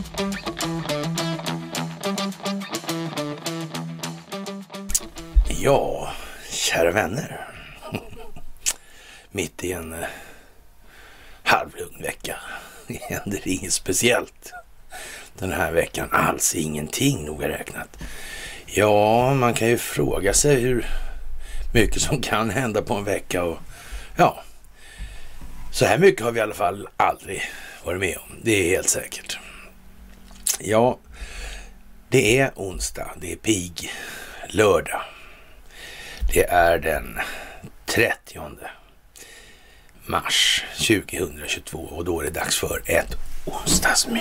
Ja, kära vänner. Mitt i en halvlugn vecka. Det händer inget speciellt den här veckan. Alls ingenting noga räknat. Ja, man kan ju fråga sig hur mycket som kan hända på en vecka. Och ja, så här mycket har vi i alla fall aldrig varit med om. Det är helt säkert. Ja, det är onsdag. Det är pig lördag. Det är den 30 mars 2022 och då är det dags för ett onsdagsmys.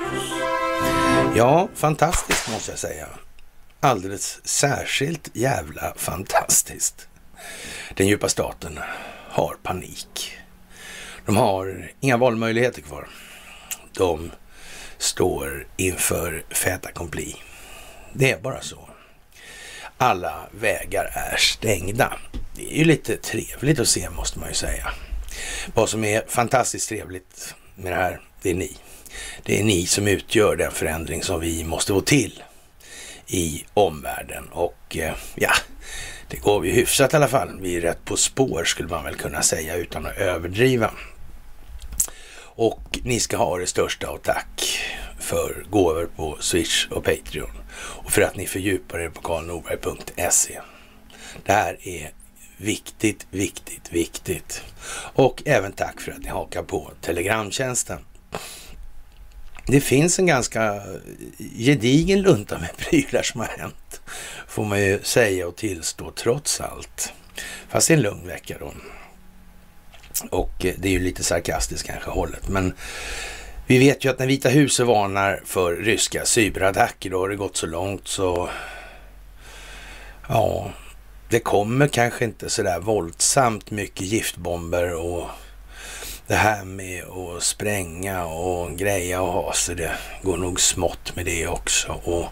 Ja, fantastiskt måste jag säga. Alldeles särskilt jävla fantastiskt. Den djupa staten har panik. De har inga valmöjligheter kvar. De står inför fait accompli. Det är bara så. Alla vägar är stängda. Det är ju lite trevligt att se, måste man ju säga. Vad som är fantastiskt trevligt med det här, det är ni. Det är ni som utgör den förändring som vi måste få till i omvärlden. Och ja, det går ju hyfsat i alla fall. Vi är rätt på spår skulle man väl kunna säga utan att överdriva. Och ni ska ha det största av tack för gåvor på Swish och Patreon. Och för att ni fördjupar er på karlnorberg.se. Det här är viktigt, viktigt, viktigt. Och även tack för att ni hakar på Telegramtjänsten. Det finns en ganska gedigen lunta med prylar som har hänt. Får man ju säga och tillstå trots allt. Fast det är en lugn vecka då. Och det är ju lite sarkastiskt kanske hållet. Men vi vet ju att när Vita huset varnar för ryska cyberattacker, då har det gått så långt så ja, det kommer kanske inte så där våldsamt mycket giftbomber och det här med att spränga och greja och ha så det går nog smått med det också. Och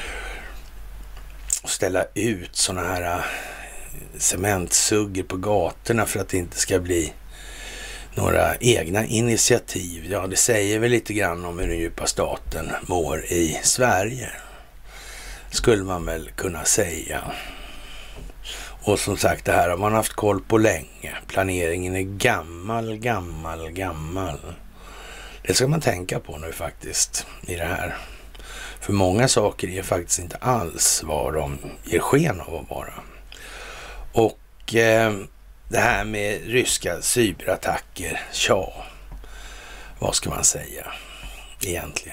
ställa ut såna här cementsugger på gatorna för att det inte ska bli några egna initiativ. Ja, det säger väl lite grann om hur den djupa staten mår i Sverige. Skulle man väl kunna säga. Och som sagt, det här har man haft koll på länge. Planeringen är gammal. Det ska man tänka på nu faktiskt i det här. För många saker är faktiskt inte alls vad de ger sken av att vara. Och det här med ryska cyberattacker, ja, vad ska man säga egentligen?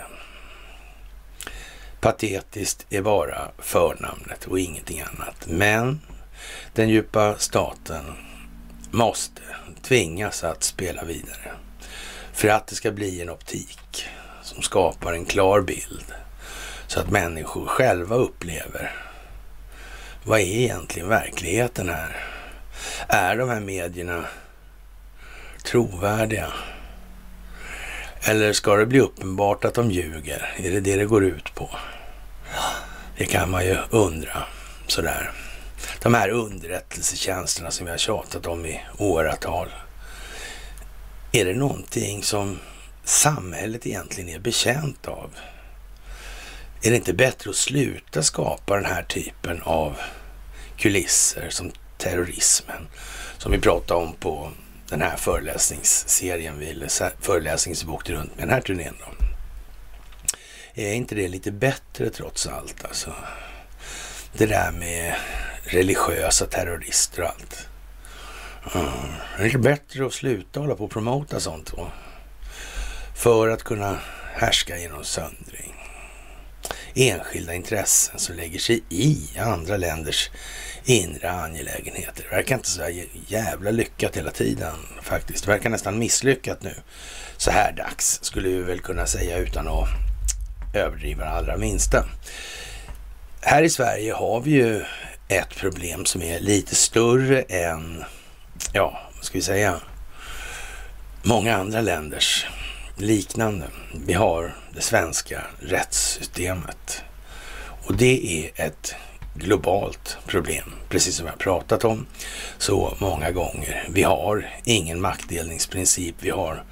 Patetiskt är bara förnamnet och ingenting annat. Men den djupa staten måste tvingas att spela vidare. För att det ska bli en optik som skapar en klar bild. Så att människor själva upplever vad är egentligen verkligheten här? Är de här medierna trovärdiga? Eller ska det bli uppenbart att de ljuger? Är det det går ut på? Det kan man ju undra sådär. De här underrättelsetjänsterna som vi har tjatat om i åratal. Är det någonting som samhället egentligen är bekänt av? Är det inte bättre att sluta skapa den här typen av kulisser som terrorismen som vi pratade om på den här föreläsningsserien, föreläsningsbok runt med den här turnén då? Är inte det lite bättre trots allt alltså? Det där med religiösa terrorister och allt. Det är lite bättre att sluta hålla på och promota sånt då. För att kunna härska genom söndring. Enskilda intressen som lägger sig i andra länders inre angelägenheter. Det verkar inte så jävla lyckat hela tiden faktiskt. Det verkar nästan misslyckat nu. Så här dags skulle vi väl kunna säga utan att överdriva det allra minsta. Här i Sverige har vi ju ett problem som är lite större än, ja, vad ska vi säga, många andra länders liknande. Vi har det svenska rättssystemet och det är ett globalt problem, precis som jag har pratat om så många gånger. Vi har ingen maktdelningsprincip, vi har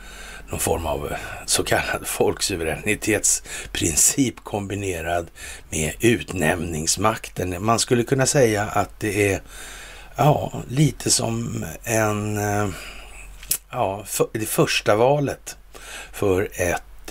någon form av så kallad folksuveränitetsprincip kombinerad med utnämningsmakten. Man skulle kunna säga att det är lite som det första valet för ett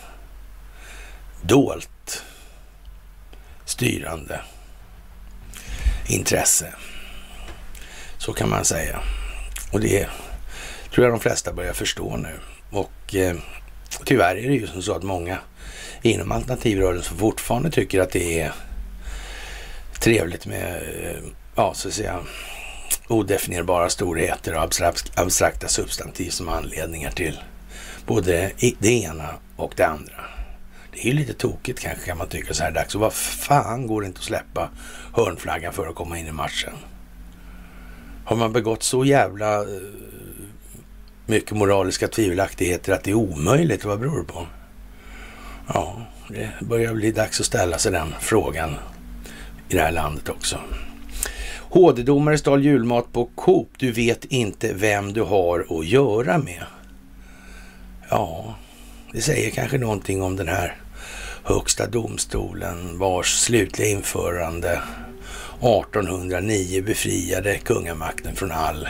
dolt styrande intresse. Så kan man säga. Och det tror jag de flesta börjar förstå nu. Och tyvärr är det ju som så att många inom alternativrörelsen fortfarande tycker att det är trevligt med så att säga odefinierbara storheter och abstrakta substantiv som anledningar till både det ena och det andra. Det är ju lite tokigt kanske, kan man tycka så här dags. Och vad fan går det inte att släppa hörnflaggan för att komma in i matchen? Har man begått så jävla mycket moraliska tvivelaktigheter att det är omöjligt? Vad beror det på? Ja, det börjar bli dags att ställa sig den frågan i det här landet också. HD-domare stal julmat på Coop. Du vet inte vem du har att göra med. Ja, det säger kanske någonting om den här högsta domstolen vars slutliga införande 1809 befriade kungamakten från all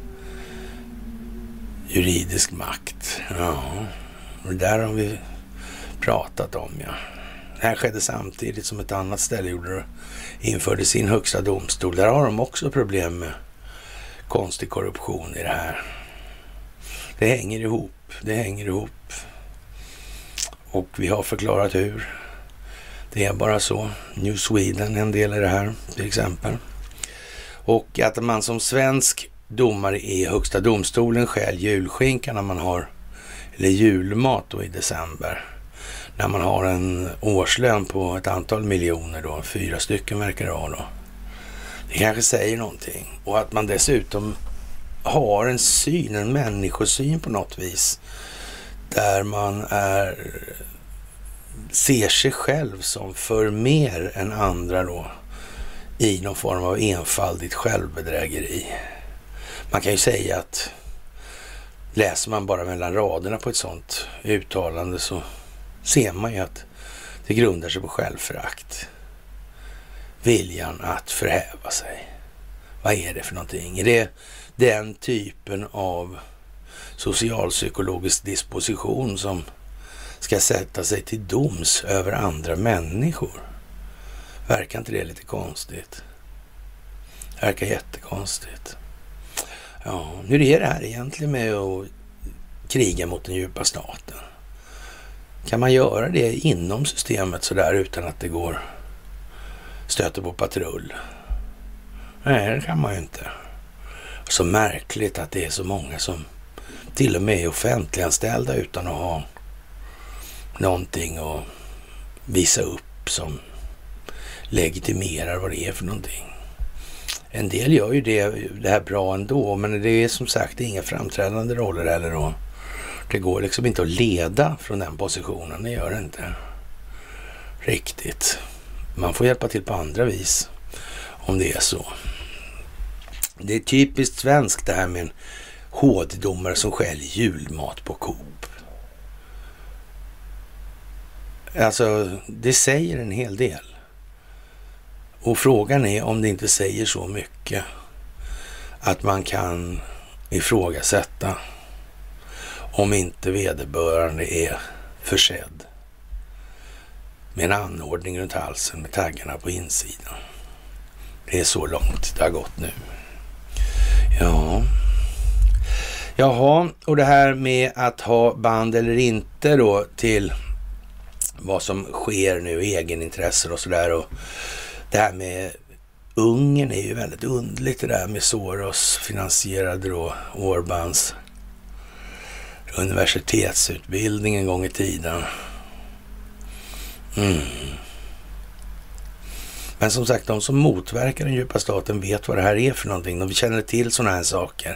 juridisk makt. Ja, och där har vi pratat om, ja. Det här skedde samtidigt som ett annat ställe införde sin högsta domstol. Där har de också problem med konstig korruption i det här. Det hänger ihop. Och vi har förklarat hur. Det är bara så. New Sweden är en del i det här till exempel. Och att man som svensk domare i högsta domstolen stjäl julskinka när man har, eller julmat då i december. När man har en årslön på ett antal miljoner då, 4 stycken verkar det vara då. Det kanske säger någonting. Och att man dessutom har en människosyn på något vis. Där man ser sig själv som för mer än andra då. I någon form av enfaldigt självbedrägeri. Man kan ju säga att läser man bara mellan raderna på ett sånt uttalande så ser man ju att det grundar sig på självförakt. Viljan att förhäva sig. Vad är det för någonting? Är det den typen av socialpsykologisk disposition som ska sätta sig till doms över andra människor? Verkar inte det lite konstigt? Det verkar jättekonstigt. Ja, hur är det här egentligen med att kriga mot den djupa staten? Kan man göra det inom systemet så där utan att det går stöter på patrull? Nej, det kan man ju inte. Så märkligt att det är så många som till och med är offentliganställda utan att ha någonting att visa upp som legitimerar vad det är för någonting. En del gör ju det här bra ändå, men det är som sagt inga framträdande roller heller då. Det går liksom inte att leda från den positionen, det gör det inte riktigt. Man får hjälpa till på andra vis om det är så. Det är typiskt svenskt det här med en HD-domare som stjäl julmat på Coop. Alltså, det säger en hel del. Och frågan är om det inte säger så mycket att man kan ifrågasätta om inte vederbörande är försedd med en anordning runt halsen med taggarna på insidan. Det är så långt det har gått nu. Ja. Jaha, och det här med att ha band eller inte då till vad som sker nu, egenintressen och sådär. Och det här med Ungern är ju väldigt underligt, det där med Soros finansierade då Orbans universitetsutbildning en gång i tiden. Men som sagt, de som motverkar den djupa staten vet vad det här är för någonting. De känner till sådana här saker.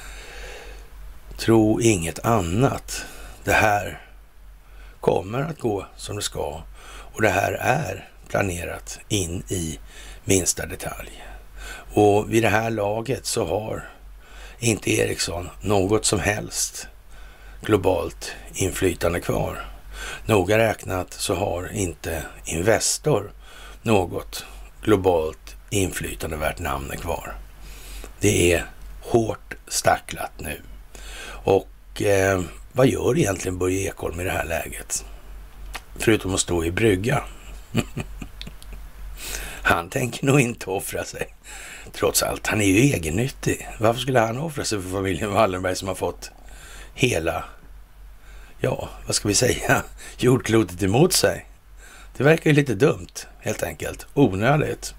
Tro inget annat. Det här kommer att gå som det ska. Och det här är planerat in i minsta detalj. Och vid det här laget så har inte Eriksson något som helst globalt inflytande kvar. Noga räknat så har inte Investor något globalt inflytande värt namnet kvar. Det är hårt stacklat nu. Och vad gör egentligen Börje Ekholm i det här läget? Förutom att stå i brygga. Han tänker nog inte offra sig. Trots allt, han är ju egennyttig. Varför skulle han offra sig för familjen Wallenberg som har fått hela, ja, vad ska vi säga, jordklotet emot sig? Det verkar ju lite dumt, helt enkelt. Onödigt.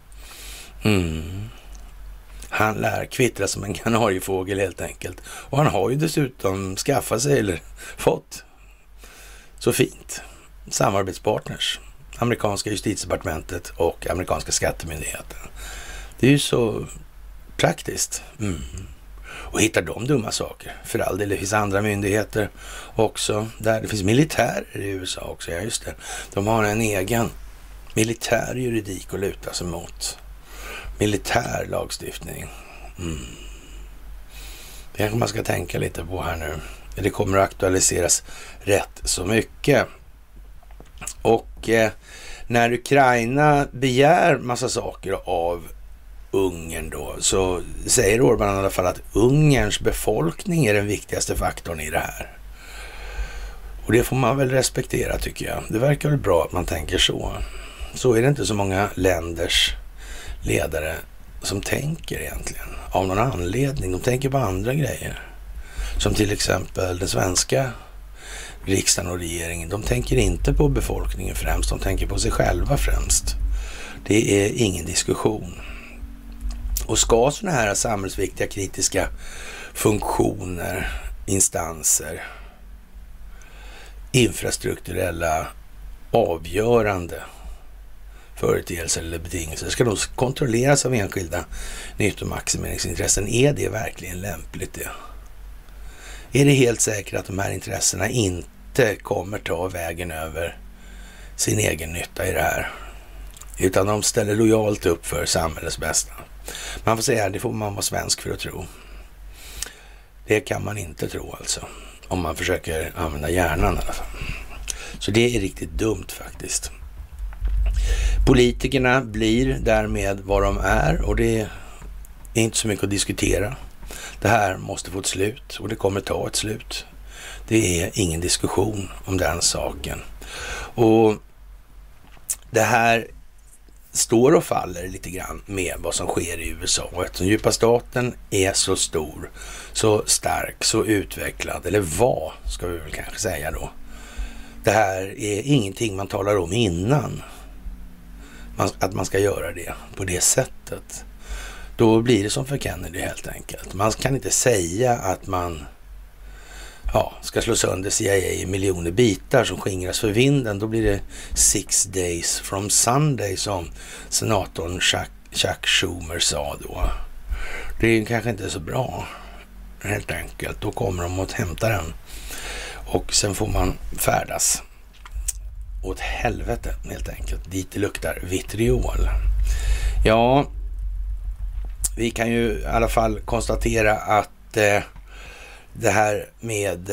Han lär kvittra som en kanariefågel helt enkelt. Och han har ju dessutom skaffat sig, eller fått, så fint, samarbetspartners. Amerikanska justitiedepartementet och amerikanska skattemyndigheten. Det är ju så praktiskt. Och hittar de dumma saker. För all del, det finns andra myndigheter också. Där det finns militärer i USA också. Ja, just det. De har en egen militär juridik att luta sig mot. Militär lagstiftning. Det kanske man ska tänka lite på här nu. Det kommer att aktualiseras rätt så mycket. Och när Ukraina begär massa saker av Ungern då, så säger Orbán i alla fall att Ungerns befolkning är den viktigaste faktorn i det här. Och det får man väl respektera, tycker jag. Det verkar väl bra att man tänker så. Så är det inte så många länders ledare som tänker egentligen. Av någon anledning. De tänker på andra grejer. Som till exempel den svenska riksdagen och regeringen. De tänker inte på befolkningen främst. De tänker på sig själva främst. Det är ingen diskussion. Och ska sådana här samhällsviktiga kritiska funktioner, instanser, infrastrukturella, avgörande företeelser eller betingelser ska de kontrolleras av enskilda nyttomaximeringsintressen? Är det verkligen lämpligt det? Är det helt säkert att de här intressena inte kommer ta vägen över sin egen nytta i det här? Utan de ställer lojalt upp för samhällets bästa. Man får säga, det får man vara svensk för att tro. Det kan man inte tro alltså. Om man försöker använda hjärnan i alla fall. Så det är riktigt dumt faktiskt. Politikerna blir därmed vad de är och det är inte så mycket att diskutera. Det här måste få ett slut och det kommer ta ett slut. Det är ingen diskussion om den saken. Och det här står och faller lite grann med vad som sker i USA. Och eftersom djupa staten är så stor, så stark, så utvecklad, eller vad ska vi väl kanske säga då. Det här är ingenting man talar om innan. Att man ska göra det på det sättet. Då blir det som för Kennedy helt enkelt. Man kan inte säga att man ska slå sönder CIA i miljoner bitar som skingras för vinden. Då blir det 6 days from Sunday som senatorn Chuck Schumer sa då. Det är kanske inte så bra helt enkelt. Då kommer de att hämta den. Och sen får man färdas åt helvete helt enkelt. Dit det luktar vitriol. Ja, vi kan ju i alla fall konstatera att det här med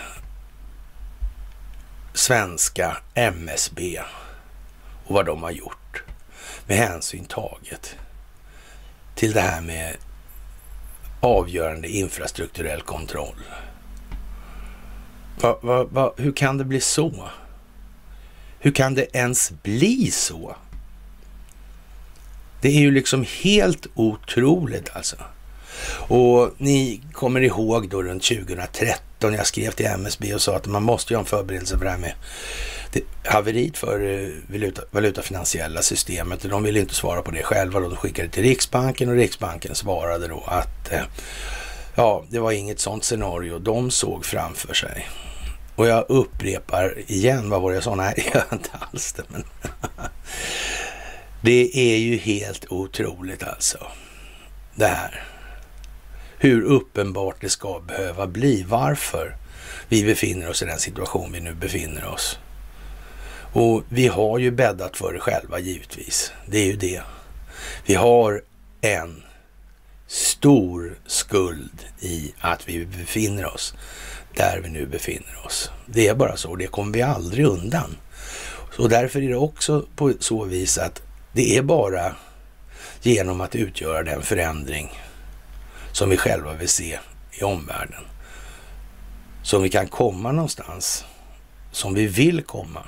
svenska MSB och vad de har gjort med hänsyn taget till det här med avgörande infrastrukturell kontroll. Hur kan det bli så? Hur kan det ens bli så? Det är ju liksom helt otroligt alltså. Och ni kommer ihåg då runt 2013 jag skrev till MSB och sa att man måste göra en förberedelse för det här med haveriet för valutafinansiella systemet. De ville inte svara på det själva då. De skickade till Riksbanken och Riksbanken svarade då att det var inget sånt scenario de såg framför sig. Och jag upprepar igen, vad var det jag sa? Nej, jag gör inte alls det. Men det är ju helt otroligt alltså. Det här. Hur uppenbart det ska behöva bli. Varför vi befinner oss i den situation vi nu befinner oss. Och vi har ju bäddat för det själva givetvis. Det är ju det. Vi har en stor skuld i att vi befinner oss där vi nu befinner oss. Det är bara så, det kommer vi aldrig undan. Och därför är det också på så vis att det är bara genom att utgöra den förändring som vi själva vill se i omvärlden som vi kan komma någonstans som vi vill komma.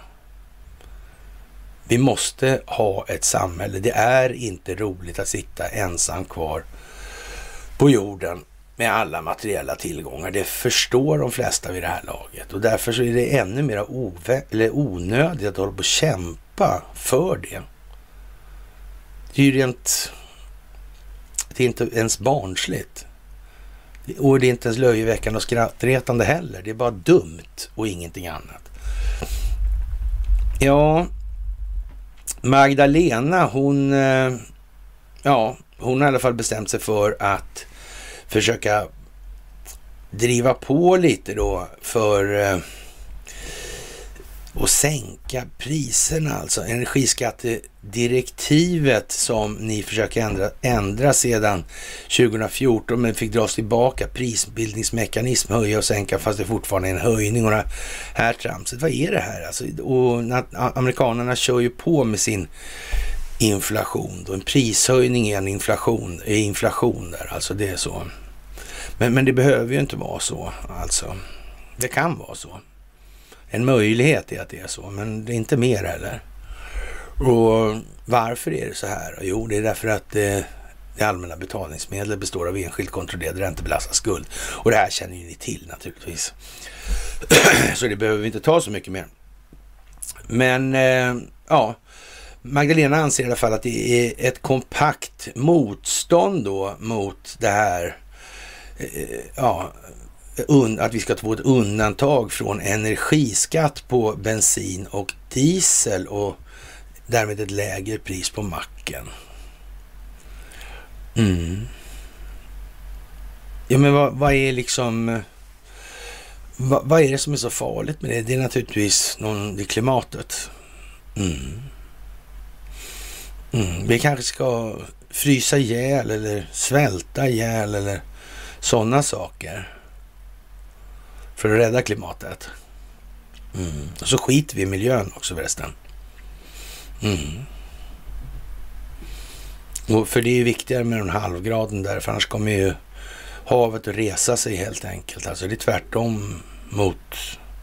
Vi måste ha ett samhälle. Det är inte roligt att sitta ensam kvar på jorden med alla materiella tillgångar. Det förstår de flesta vid det här laget. Och därför så är det ännu mer onödigt att hålla på och kämpa för det. Det är ju rent... Det är inte ens barnsligt. Och det är inte ens löjeväckande och skrattretande heller. Det är bara dumt och ingenting annat. Ja, Magdalena, hon har i alla fall bestämt sig för att försöka driva på lite då för att sänka priserna, alltså energiskattedirektivet som ni försöker ändra sedan 2014 men fick dras tillbaka, prisbildningsmekanism, höja och sänka fast det fortfarande är en höjning och det här tramset. Vad är det här? Alltså, och amerikanerna kör ju på med sin inflation. Då en prishöjning är en inflation där, alltså det är så. Men det behöver ju inte vara så, alltså. Det kan vara så. En möjlighet är att det är så, men det är inte mer heller. Och varför är det så här? Jo, det är därför att det allmänna betalningsmedlet består av enskilt kontrollerad räntebelastad skuld. Och det här känner ju ni till naturligtvis. Så det behöver vi inte ta så mycket mer. Men Magdalena anser i alla fall att det är ett kompakt motstånd då mot det här, att vi ska få ett undantag från energiskatt på bensin och diesel och därmed ett lägre pris på macken. Ja, men vad är liksom... Vad är det som är så farligt med det? Det är naturligtvis det klimatet. Vi kanske ska frysa ihjäl eller svälta ihjäl eller sådana saker för att rädda klimatet. Och så skiter vi i miljön också förresten. Och för det är ju viktigare med den halvgraden där, för annars kommer ju havet att resa sig helt enkelt. Alltså det är tvärtom mot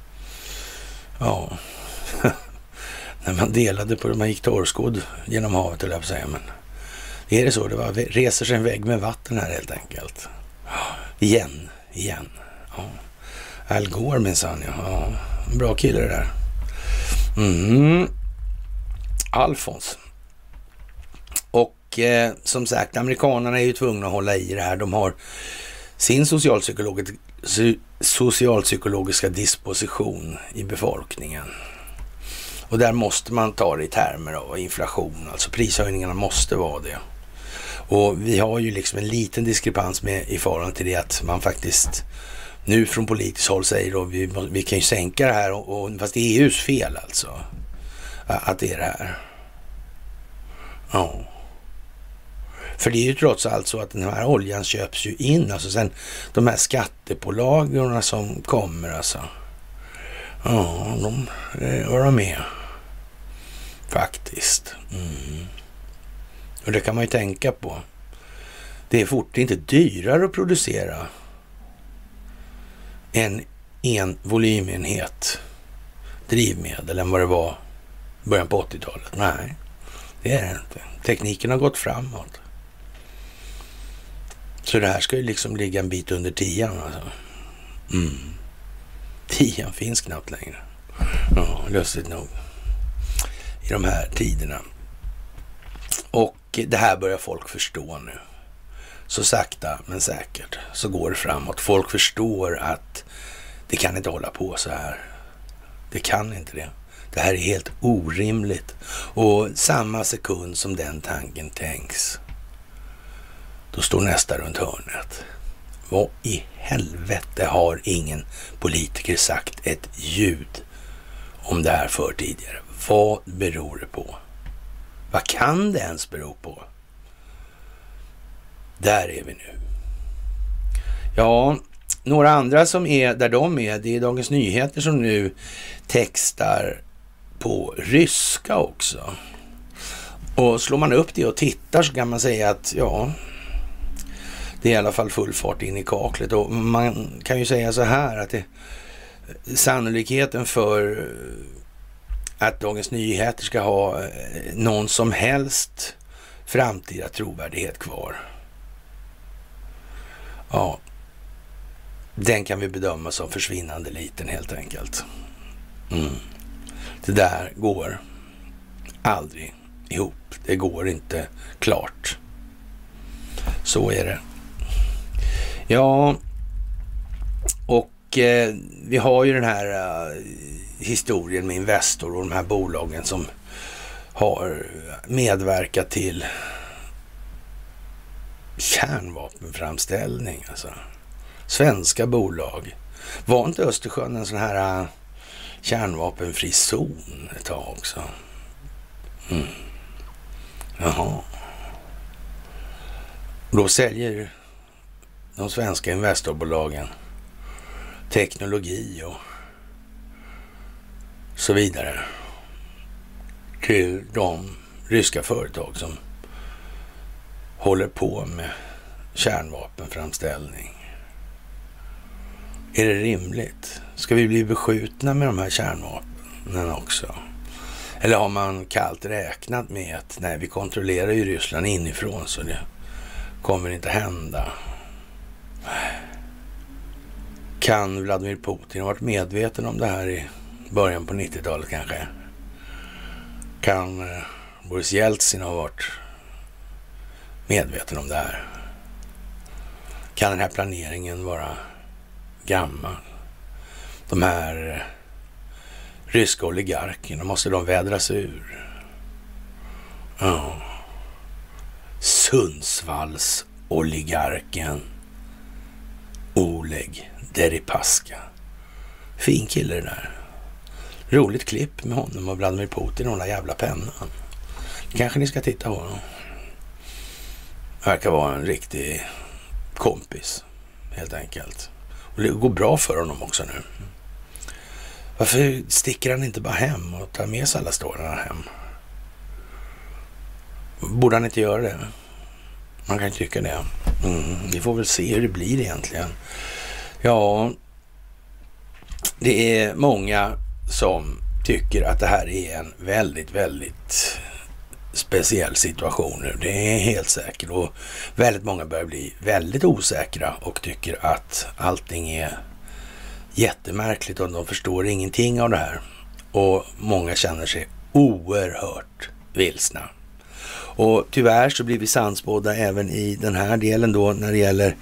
när man delade på, man gick torrskåd genom havet, eller jag säga, men är det så? Det var, reser sig en vägg med vatten här helt enkelt. Igen. Ja. Al Gore minsann, ja. Bra kille det där. Alfons. Och som sagt, amerikanerna är ju tvungna att hålla i det här. De har sin socialpsykologiska disposition i befolkningen. Och där måste man ta det i termer av inflation. Alltså prishöjningarna måste vara det. Och vi har ju liksom en liten diskrepans med i förhållande till det att man faktiskt nu från politiskt håll säger då vi kan ju sänka det här och fast det är EUs fel alltså. Att det är det här. Ja. För det är ju trots allt så att den här oljan köps ju in. Alltså sen de här skattepålagorna som kommer alltså. Ja, de var med. Faktiskt. Och det kan man ju tänka på. Det är inte dyrare att producera en volymenhet drivmedel än vad det var i början på 80-talet. Nej, det är det inte. Tekniken har gått framåt. Så det här ska ju liksom ligga en bit under 10 alltså. 10 finns knappt längre. Ja, lustigt nog. I de här tiderna. Och det här börjar folk förstå nu. Så sakta men säkert så går det framåt. Folk förstår att det kan inte hålla på så här. Det kan inte det. Det här är helt orimligt. Och samma sekund som den tanken tänks, då står nästa runt hörnet. Vad i helvete har ingen politiker sagt ett ljud om det här för tidigare? Vad beror det på? Vad kan det ens bero på? Där är vi nu. Ja, några andra som är där de är, det är Dagens Nyheter som nu textar på ryska också. Och slår man upp det och tittar så kan man säga att ja, det är i alla fall full fart in i kaklet. Och man kan ju säga så här att sannolikheten för att Dagens Nyheter ska ha någon som helst framtida trovärdighet kvar, ja, den kan vi bedöma som försvinnande liten helt enkelt. Det där går aldrig ihop. Det går inte klart. Så är det. Ja, och vi har ju den här historien med Investor och de här bolagen som har medverkat till kärnvapenframställning. Alltså. Svenska bolag. Var inte Östersjön en sån här kärnvapenfri zon ett tag också? Jaha. Då säljer de svenska investorbolagen teknologi och så vidare till de ryska företag som håller på med kärnvapenframställning. Är det rimligt? Ska vi bli beskjutna med de här kärnvapnen också? Eller har man kallt räknat med att nej, vi kontrollerar ju Ryssland inifrån så det kommer inte hända? Kan Vladimir Putin ha varit medveten om det här i början på 90-talet kanske? Kan Boris Jeltsin ha varit medveten om det här? Kan den här planeringen vara gammal? De här ryska oligarkerna, måste de vädras ur? Ja. Sundsvalls oligarken Oleg Deripaska. Fin kille det där. Roligt klipp med honom och Vladimir Putin och den där jävla pennan. Kanske ni ska titta på honom. Verkar vara en riktig kompis helt enkelt. Och det går bra för honom också nu. Varför sticker han inte bara hem och tar med sig alla stålarna hem? Borde han inte göra det? Man kan tycka det. Vi får väl se hur det blir egentligen. Ja, det är många som tycker att det här är en väldigt, väldigt speciell situation nu. Det är helt säkert. Och väldigt många börjar bli väldigt osäkra och tycker att allting är jättemärkligt och de förstår ingenting av det här. Och många känner sig oerhört vilsna. Och tyvärr så blir vi sannspådda även i den här delen då när det gäller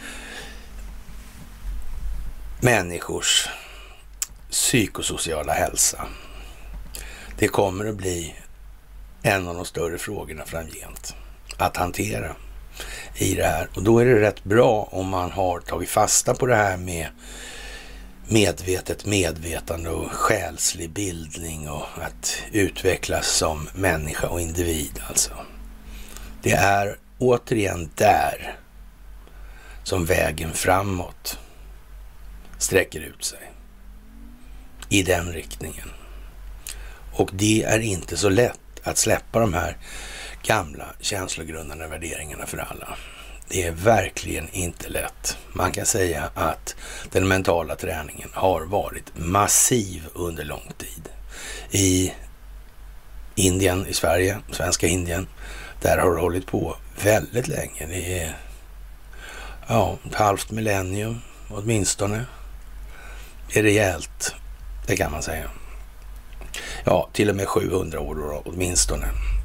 människors psykosociala hälsa. Det kommer att bli en av de större frågorna framgent att hantera i det här. Och då är det rätt bra om man har tagit fasta på det här med medvetet medvetande och själslig bildning och att utvecklas som människa och individ alltså. Det är återigen där som vägen framåt sträcker ut sig. I den riktningen. Och det är inte så lätt att släppa de här gamla känslogrundande värderingarna för alla. Det är verkligen inte lätt. Man kan säga att den mentala träningen har varit massiv under lång tid. I Indien, i Sverige, svenska Indien, där har det hållit på väldigt länge. Det är ett halvt millennium åtminstone. Det är rejält, det kan man säga. Ja, till och med 700 år åtminstone.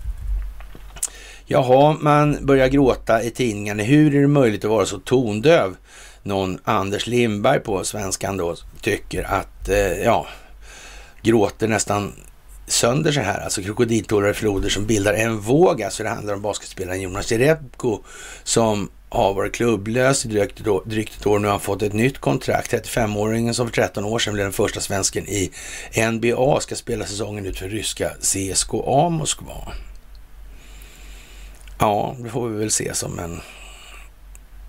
Jaha, man börjar gråta i tidningarna. Hur är det möjligt att vara så tondöv? Någon Anders Lindberg på Svenskan då tycker att, gråter nästan sönder så här. Alltså krokodiltårar i floder som bildar en våg. Alltså det handlar om basketspelaren Jonas Jerebko som har varit klubblös i drygt ett år. Nu har han fått ett nytt kontrakt. 35-åringen som för 13 år sedan blev den första svensken i NBA ska spela säsongen ut för ryska CSKA Moskva. Ja, det får vi väl se som en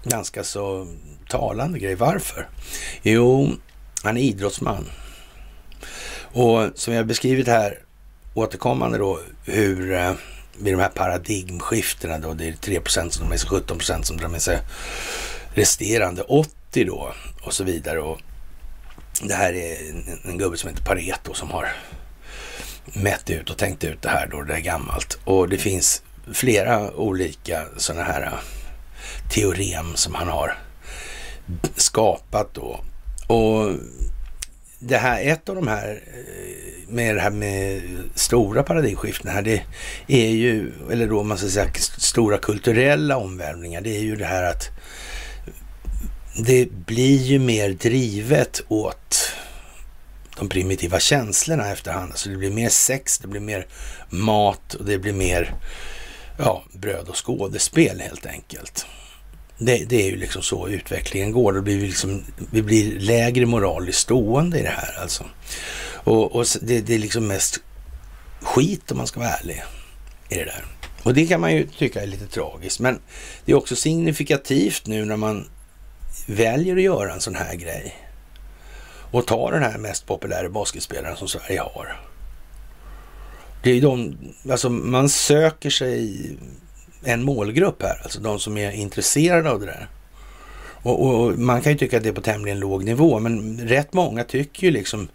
ganska så talande grej. Varför? Jo, han är idrottsman. Och som jag har beskrivit här återkommande då, hur vid de här paradigmskiftena då, det är 3% som drar med sig 17% som drar med sig resterande 80 då och så vidare. Och det här är en gubbe som heter Pareto som har mätt ut och tänkt ut det här då, det är gammalt. Och det finns flera olika sådana här teorem som han har skapat då. Och det här, ett av de här med det här med stora paradigmskiften här, det är ju, eller då man ska säga stora kulturella omvälvningar, det är ju det här att det blir ju mer drivet åt de primitiva känslorna efterhand. Alltså det blir mer sex, det blir mer mat och det blir mer bröd och skådespel helt enkelt. Det är ju liksom så utvecklingen går. Det blir liksom, vi blir lägre moraliskt stående i det här alltså. Och det är liksom mest skit om man ska vara ärlig i det där. Och det kan man ju tycka är lite tragiskt. Men det är också signifikativt nu när man väljer att göra en sån här grej och ta den här mest populära basketspelaren som Sverige har. Det är de, alltså man söker sig en målgrupp här, alltså de som är intresserade av det där. Och man kan ju tycka att det är på tämligen låg nivå, men rätt många tycker ju liksom,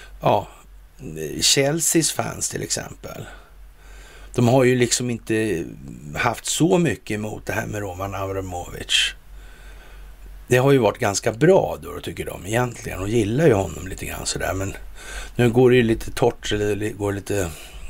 Chelseas fans till exempel, de har ju liksom inte haft så mycket emot det här med Roman Abramovich. Det har ju varit ganska bra då, tycker de egentligen, och gillar ju honom lite grann sådär, men nu går det ju lite torrt, eller det går lite,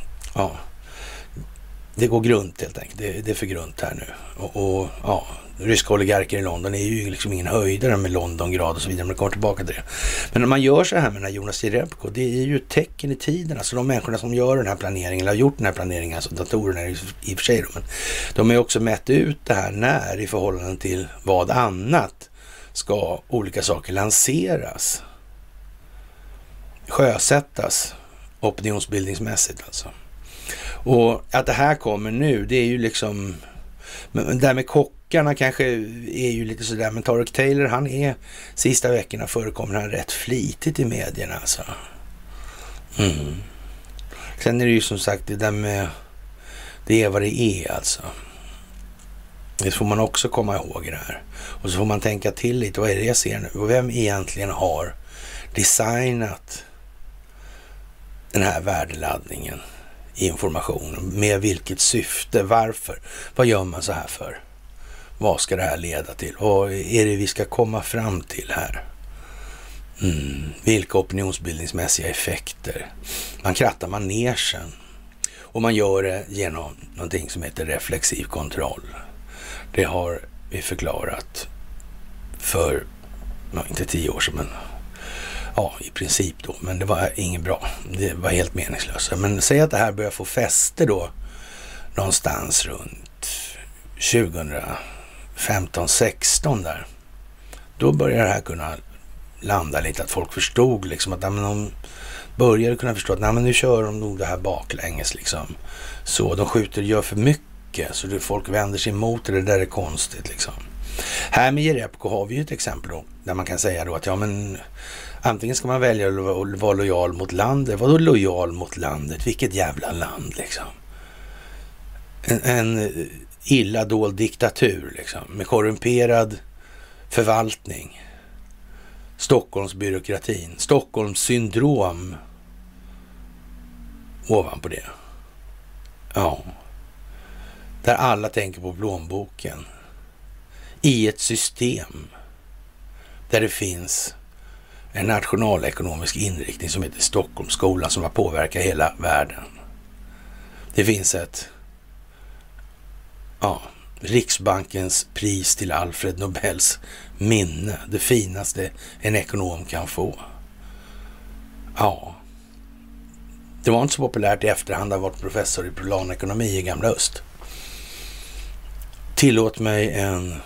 det går grunt helt enkelt. Det är för grunt här nu. Och ryska oligarker i London är ju liksom ingen höjdare med Londongrad och så vidare. Man kommer tillbaka till det. Men när man gör så här med den här Jonas Jerebko, det är ju ett tecken i tiden. Alltså de människorna som gör den här planeringen, eller har gjort den här planeringen, alltså datorerna är i och för sig då, men de har ju också mätt ut det här när i förhållande till vad annat ska olika saker lanseras. Sjösättas opinionsbildningsmässigt alltså. Och att det här kommer nu, det är ju liksom, men där med kockarna kanske är ju lite sådär, men Tarek Taylor, han är, sista veckorna förekommer han rätt flitigt i medierna alltså. Sen är det ju som sagt det där med, det är vad det är alltså. Det får man också komma ihåg i det här. Och så får man tänka till lite, vad är det jag ser nu? Och vem egentligen har designat den här värdeladdningen i information? Med vilket syfte? Varför? Vad gör man så här för? Vad ska det här leda till? Vad är det vi ska komma fram till här? Vilka opinionsbildningsmässiga effekter? Man krattar manegen. Och man gör det genom någonting som heter reflexiv kontroll. Det har vi förklarat för, inte 10 år sedan, men i princip då. Men det var inget bra. Det var helt meningslöst. Men säg att det här börjar få fäste då någonstans runt 2015-16 där. Då börjar det här kunna landa lite, att folk förstod liksom att de började kunna förstå att nu kör de nog det här baklänges liksom. Så de gör för mycket, så folk vänder sig emot det där är konstigt liksom. Här med Jerebko har vi ju ett exempel då, där man kan säga då att antingen ska man välja att vara lojal mot landet. Vadå lojal mot landet? Vilket jävla land liksom. En illa dold diktatur liksom, med korrumperad förvaltning. Stockholmsbyråkratin, Stockholms syndrom ovanpå det. Där alla tänker på plånboken. I ett system där det finns en nationalekonomisk inriktning som heter Stockholmsskolan, som har påverkat hela världen. Det finns ett Riksbankens pris till Alfred Nobels minne. Det finaste en ekonom kan få. Det var inte så populärt i efterhand att ha varit professor i planekonomi i Gamla Öst. Tillåt mig en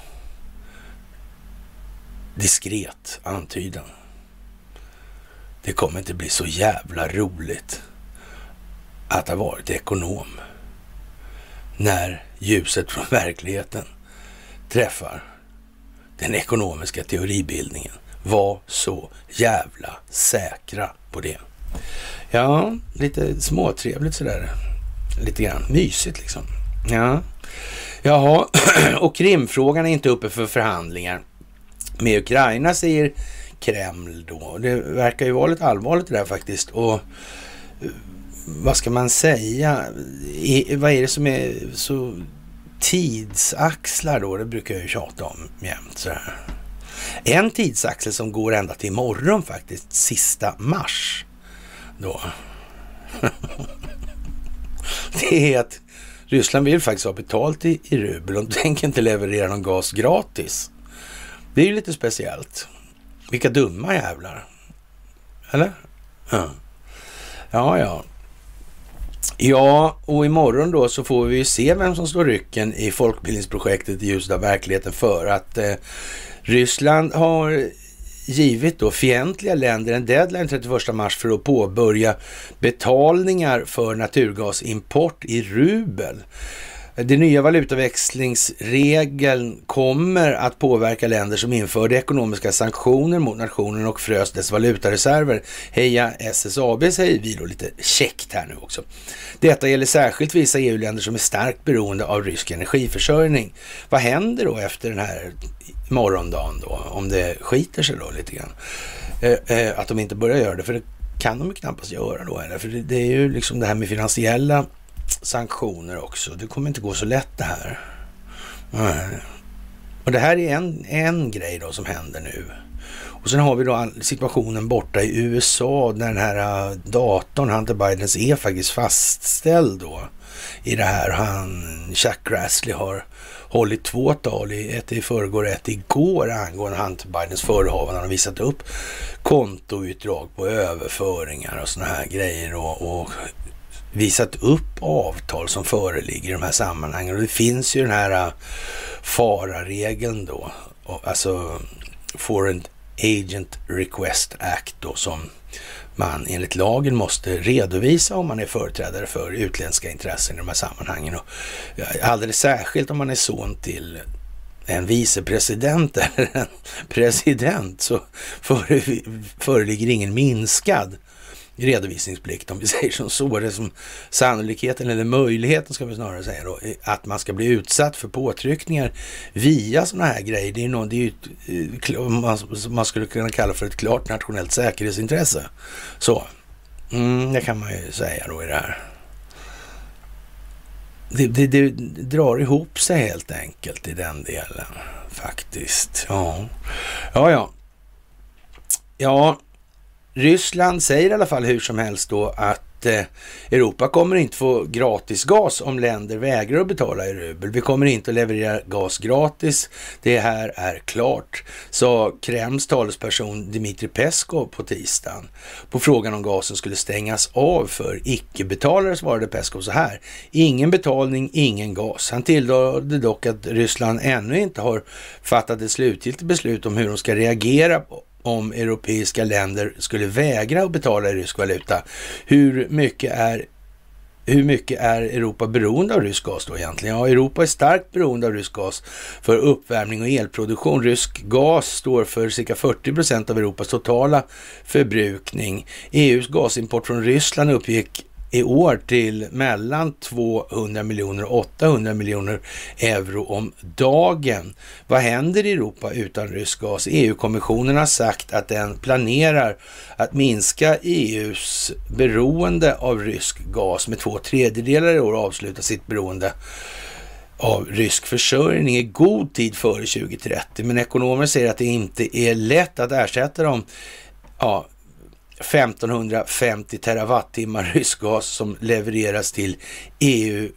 diskret antydan. Det kommer inte bli så jävla roligt att ha varit ekonom när ljuset från verkligheten träffar den ekonomiska teoribildningen. Var så jävla säkra på det. Ja, lite småtrevligt sådär. Lite grann mysigt liksom. Ja. Jaha, och Krimfrågan är inte uppe för förhandlingar med Ukraina, säger Kreml då. Det verkar ju vara lite allvarligt det där faktiskt. Och vad ska man säga? Vad är det som är så tidsaxlar då? Det brukar jag ju tjata om jämt sådär. En tidsaxel som går ända till imorgon faktiskt, sista mars då. Det är att Ryssland vill faktiskt ha betalt i rubel och de tänker inte leverera någon gas gratis. Det är ju lite speciellt. Vilka dumma jävlar. Eller? Ja. Ja. Ja, och imorgon då så får vi ju se vem som står rycken i folkbildningsprojektet i ljuset av verkligheten, för att Ryssland har givit då fientliga länder en deadline 31 mars för att påbörja betalningar för naturgasimport i rubel. Det nya valutaväxlingsregeln kommer att påverka länder som införde ekonomiska sanktioner mot nationen och frös dess valutareserver. Heja SSAB, säger vi då lite käckt här nu också. Detta gäller särskilt vissa EU-länder som är starkt beroende av rysk energiförsörjning. Vad händer då efter den här morgondagen då, om det skiter sig då lite grann? Att de inte börjar göra det, för det kan de ju knappast göra då, eller? För det är ju liksom det här med finansiella sanktioner också. Det kommer inte gå så lätt det här. Och det här är en grej då som händer nu. Och sen har vi då situationen borta i USA när den här datorn, Hunter Bidens, är faktiskt fastställd då i det här. Chuck Grassley har hållit 2 tal, ett i förrgår och ett igår, angående Hunter Bidens förehavanden. Han har visat upp kontoutdrag på överföringar och såna här grejer och visat upp avtal som föreligger i de här sammanhangen. Och det finns ju den här FARA-regeln då, alltså Foreign Agent Request Act då, som man enligt lagen måste redovisa om man är företrädare för utländska intressen i de här sammanhangen. Och alldeles särskilt om man är son till en vicepresident eller en president, så föreligger ingen minskad redovisningsplikt, om vi säger som så. Det som sannolikheten eller möjligheten, ska vi snarare säga då, att man ska bli utsatt för påtryckningar via såna här grejer, det är ju man skulle kunna kalla för ett klart nationellt säkerhetsintresse. Så, det kan man ju säga då i det här. Det drar ihop sig helt enkelt i den delen faktiskt. Ja, Ryssland säger i alla fall hur som helst då att Europa kommer inte få gratis gas om länder vägrar att betala i rubel. Vi kommer inte att leverera gas gratis. Det här är klart, sa Kremls talesperson Dmitrij Peskov på tisdagen. På frågan om gasen skulle stängas av för icke-betalare svarade Peskov så här: ingen betalning, ingen gas. Han tillade dock att Ryssland ännu inte har fattat ett slutgiltigt beslut om hur de ska reagera om europeiska länder skulle vägra att betala i rysk valuta. Hur mycket är Europa beroende av rysk gas då egentligen? Ja, Europa är starkt beroende av rysk gas för uppvärmning och elproduktion. Rysk gas står för cirka 40% av Europas totala förbrukning. EUs gasimport från Ryssland uppgick i år till mellan 200 miljoner och 800 miljoner euro om dagen. Vad händer i Europa utan rysk gas? EU-kommissionen har sagt att den planerar att minska EUs beroende av rysk gas med 2/3 i år och avsluta sitt beroende av rysk försörjning i god tid före 2030. Men ekonomer säger att det inte är lätt att ersätta dem. 1550 terawattimmar rysk gas som levererades till EU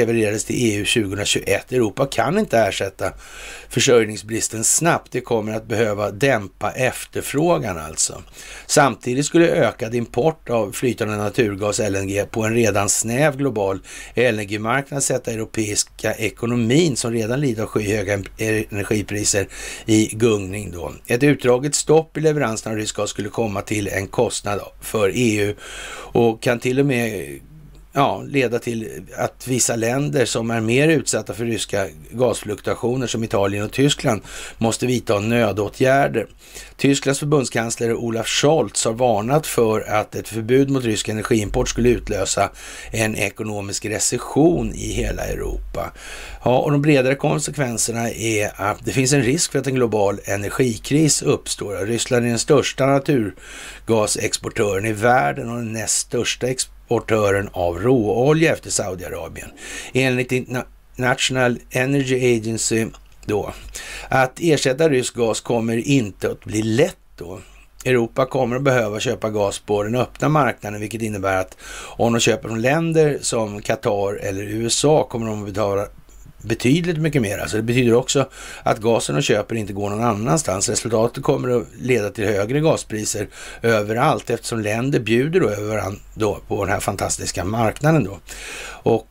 2021. Europa kan inte ersätta försörjningsbristen snabbt. Det kommer att behöva dämpa efterfrågan alltså. Samtidigt skulle ökad import av flytande naturgas LNG på en redan snäv global LNG-marknad sätta europeiska ekonomin, som redan lider av skyhöga energipriser, i gungning då. Ett utdraget stopp i leveranserna av rysk gas skulle komma till en kostnad för EU och kan till och med leda till att vissa länder som är mer utsatta för ryska gasfluktuationer som Italien och Tyskland måste vidta nödåtgärder. Tysklands förbundskansler Olaf Scholz har varnat för att ett förbud mot rysk energiimport skulle utlösa en ekonomisk recession i hela Europa. Ja, och de bredare konsekvenserna är att det finns en risk för att en global energikris uppstår. Ryssland är den största naturgasexportören i världen och den näst största exportören av råolja efter Saudiarabien. Enligt International Energy Agency då, att ersätta rysk gas kommer inte att bli lätt då. Europa kommer att behöva köpa gas på den öppna marknaden, vilket innebär att om de köper från länder som Qatar eller USA kommer de att betala betydligt mycket mer. Alltså det betyder också att gasen de köper inte går någon annanstans. Resultatet kommer att leda till högre gaspriser överallt eftersom länder bjuder då över varandra då på den här fantastiska marknaden då. Och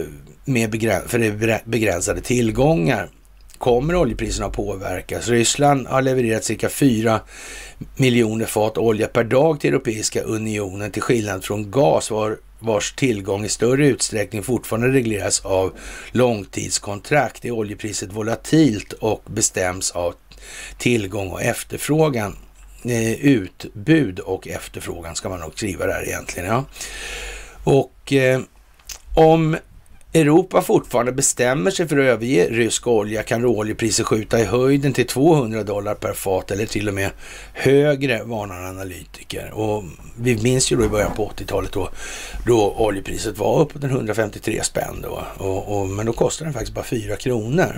för det begränsade tillgångar kommer oljepriserna att påverkas. Ryssland har levererat cirka 4 miljoner fat olja per dag till Europeiska unionen till skillnad från gas vars tillgång i större utsträckning fortfarande regleras av långtidskontrakt. Är oljepriset volatilt och bestäms av tillgång och efterfrågan. Utbud och efterfrågan ska man nog skriva där egentligen. Ja. Och om Europa fortfarande bestämmer sig för att överge rysk olja kan råoljepriser skjuta i höjden till $200 per fat eller till och med högre, varnar analytiker. Och vi minns ju då i början på 80-talet då oljepriset var uppåt 153 spänn då. Men då kostade den faktiskt bara 4 kronor.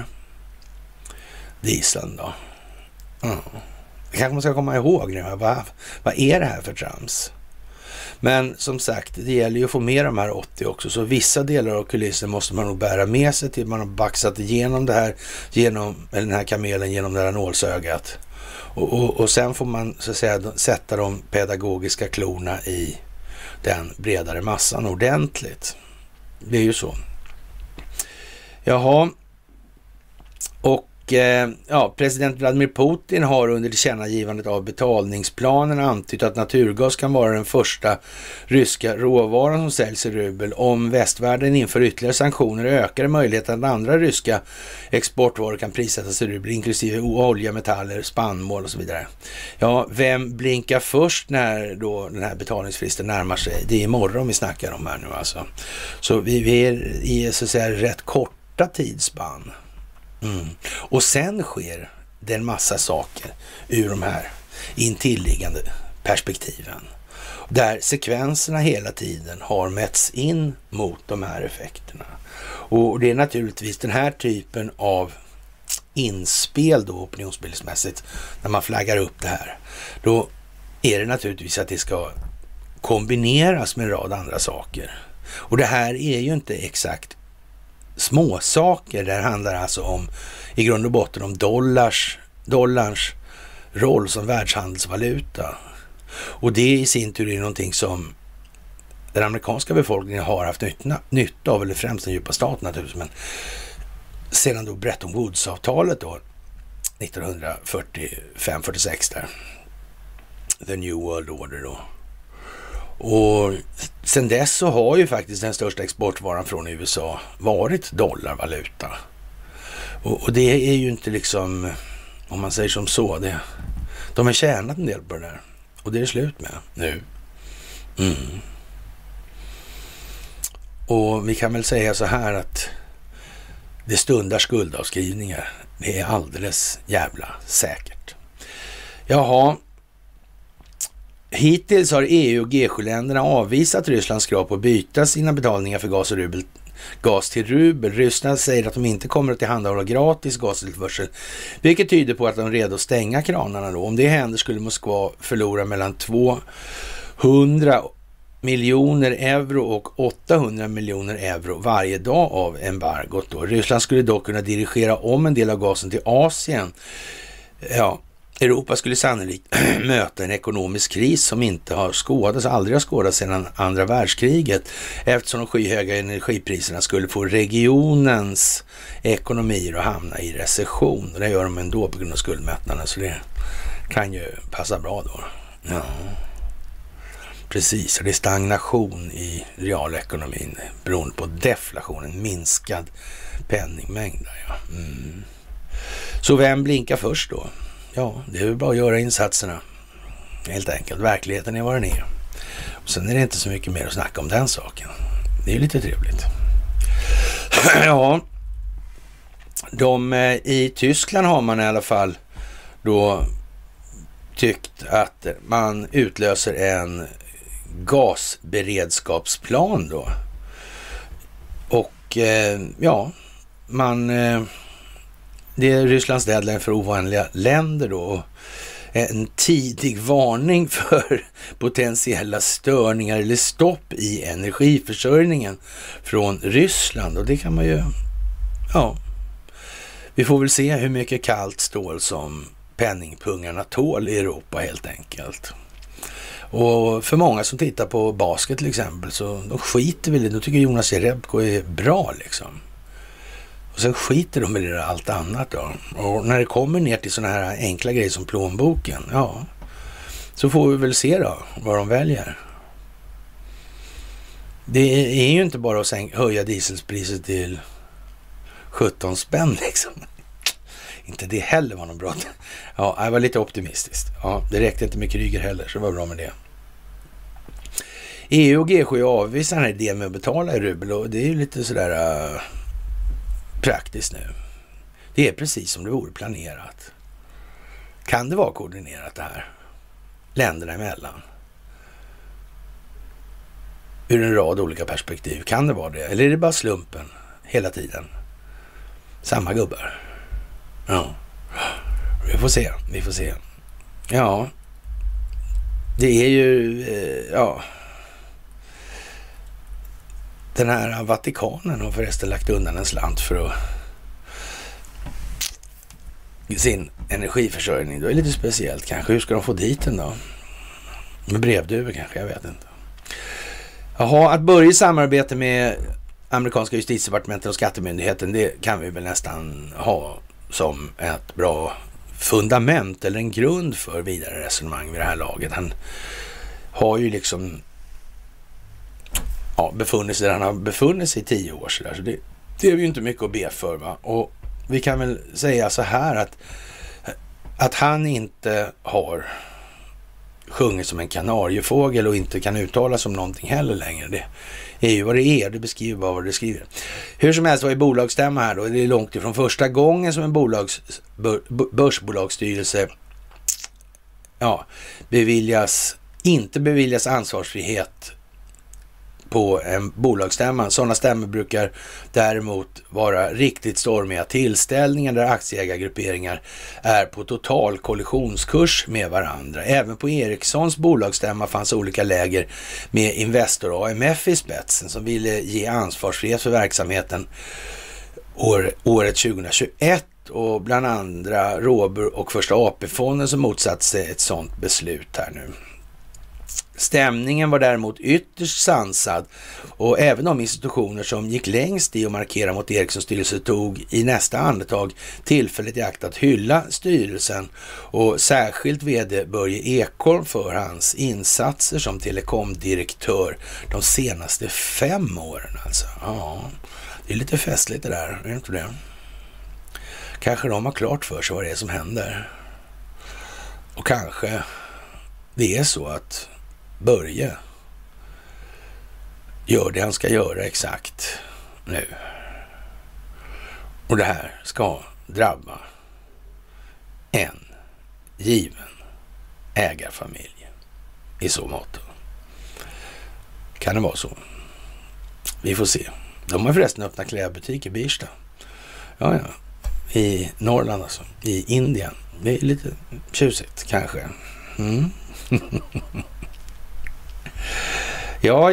Dieseln då. Det kanske man ska komma ihåg nu. Vad är det här för trams? Men som sagt, det gäller ju att få med de här 80 också. Så vissa delar av kulissen måste man nog bära med sig till man har baxat igenom det här, eller den här kamelen genom det här nålsögat. Och sen får man så att säga sätta de pedagogiska klorna i den bredare massan ordentligt. Det är ju så. Jaha. Och president Vladimir Putin har under tillkännagivandet av betalningsplanen antytt att naturgas kan vara den första ryska råvaran som säljs i rubel. Om västvärlden inför ytterligare sanktioner ökar möjligheten att andra ryska exportvaror kan prissättas i rubel, inklusive olja, metaller, spannmål och så vidare. Ja, vem blinkar först när då den här betalningsfristen närmar sig? Det är imorgon vi snackar om här nu alltså. Så vi är i så att säga rätt korta tidsspann. Och sen sker det en massa saker ur de här intilliggande perspektiven där sekvenserna hela tiden har mätts in mot de här effekterna. Och det är naturligtvis den här typen av inspel då opinionsbildningsmässigt när man flaggar upp det här. Då är det naturligtvis att det ska kombineras med en rad andra saker. Och det här är ju inte exakt små saker. Det handlar alltså om i grund och botten om dollarns roll som världshandelsvaluta. Och det i sin tur är någonting som den amerikanska befolkningen har haft nytta av, eller främst den djupa staten naturligtvis, men sedan då Bretton Woods-avtalet då 1945-46 där. The New World Order då. Och sen dess så har ju faktiskt den största exportvaran från USA varit dollarvaluta. Och det är ju inte liksom, om man säger som så, de har tjänat en del på det där. Och det är slut med nu. Och vi kan väl säga så här att det stundar skuldavskrivningar. Det är alldeles jävla säkert. Jaha. Hittills har EU och G7-länderna avvisat Rysslands krav på att byta sina betalningar för gas till rubel. Ryssland säger att de inte kommer att tillhandahålla gratis gastillförsel, vilket tyder på att de är redo att stänga kranarna då. Om det händer skulle Moskva förlora mellan 200 miljoner euro och 800 miljoner euro varje dag av embargot då. Ryssland skulle då kunna dirigera om en del av gasen till Asien. Ja, Europa skulle sannolikt möta en ekonomisk kris som aldrig har skådats sedan andra världskriget, eftersom de skyhöga energipriserna skulle få regionens ekonomier att hamna i recession. Och det gör de ändå på grund av skuldmättnaden, så det kan ju passa bra då. Ja. Precis, och det är stagnation i realekonomin beroende på deflationen, minskad penningmängd. Ja. Så vem blinkar först då? Ja, det är väl bara att göra insatserna. Helt enkelt, verkligheten är vad den är. Och sen är det inte så mycket mer att snacka om den saken. Det är ju lite trevligt. Ja, i Tyskland har man i alla fall då tyckt att man utlöser en gasberedskapsplan då. Och ja, det är Rysslands deadline för ovanliga länder då. En tidig varning för potentiella störningar eller stopp i energiförsörjningen från Ryssland. Och det kan man ju, ja, vi får väl se hur mycket kallt stål som penningpungarna tål i Europa helt enkelt. Och för många som tittar på basket till exempel, så de skiter väl i det. De tycker Jonas Jerebko är bra liksom. Och sen skiter de i allt annat då. Och när det kommer ner till sådana här enkla grejer som plånboken, ja, så får vi väl se då vad de väljer. Det är ju inte bara att höja dieselpriset till 17 spänn liksom. Inte det heller var någon bra. Ja, jag var lite optimistisk. Ja, det räckte inte med Kryger heller, så det var bra med det. EU och G7 avvisar den här idén med att betala i rubel, och det är ju lite sådär praktiskt nu. Det är precis som det vore planerat. Kan det vara koordinerat det här? Länderna emellan? Ur en rad olika perspektiv. Kan det vara det? Eller är det bara slumpen hela tiden? Samma gubbar. Ja. Vi får se. Ja. Det är ju ja. Den här Vatikanen har förresten lagt undan en slant för sin energiförsörjning. Det är lite speciellt kanske. Hur ska de få dit den då? Med brevduvor kanske, jag vet inte. Jaha, att börja samarbete med amerikanska justitiedepartementet och skattemyndigheten, det kan vi väl nästan ha som ett bra fundament eller en grund för vidare resonemang vid det här laget. Han har ju liksom befunnit sig där han har befunnit sig i 10 år så där. Så det är ju inte mycket att be för, va? Och vi kan väl säga så här att han inte har sjungit som en kanariefågel och inte kan uttala som någonting heller längre. Det är ju vad det är. Det beskriver bara vad det skriver. Hur som helst var i bolagsstämma här då. Det är långt ifrån första gången som en börsbolagsstyrelse inte beviljas ansvarsfrihet på en bolagsstämma. Sådana stämmor brukar däremot vara riktigt stormiga tillställningar där aktieägargrupperingar är på total kollisionskurs med varandra. Även på Ericssons bolagsstämma fanns olika läger med Investor AMF i spetsen som ville ge ansvarsfrihet för verksamheten året 2021 och bland andra Robur och Första AP-fonden som motsatte sig ett sådant beslut här nu. Stämningen var däremot ytterst sansad och även de institutioner som gick längst i att markera mot Ericssons styrelse tog i nästa andetag tillfället i akt att hylla styrelsen och särskilt vd Börje Ekholm för hans insatser som telekomdirektör de senaste 5 åren alltså. Ja, det är lite festligt det där, är det inte det? Kanske de har klart för sig vad det är som händer. Och kanske det är så att Börje gör det han ska göra exakt nu. Och det här ska drabba en given ägarfamilj i så mått. Kan det vara så? Vi får se. De har förresten öppnat klädbutik i Birsta. Ja. I Norrland alltså. I Indien. Det är lite tjusigt kanske. Ja.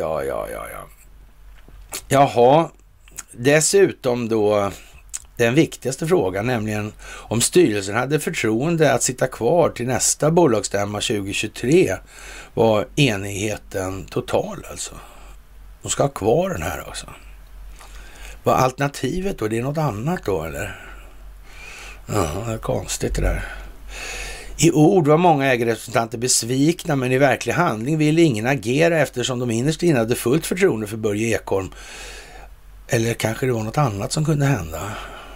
Jaha, dessutom då den viktigaste frågan, nämligen om styrelsen hade förtroende att sitta kvar till nästa bolagsstämma 2023 var enigheten total alltså. De ska ha kvar den här också. Vad alternativet då? Det är något annat då eller? Ja, det är konstigt det där. I ord var många ägarrepresentanter besvikna, men i verklig handling ville ingen agera eftersom de innerst inne hade fullt förtroende för Börje Ekholm. Eller kanske det var något annat som kunde hända.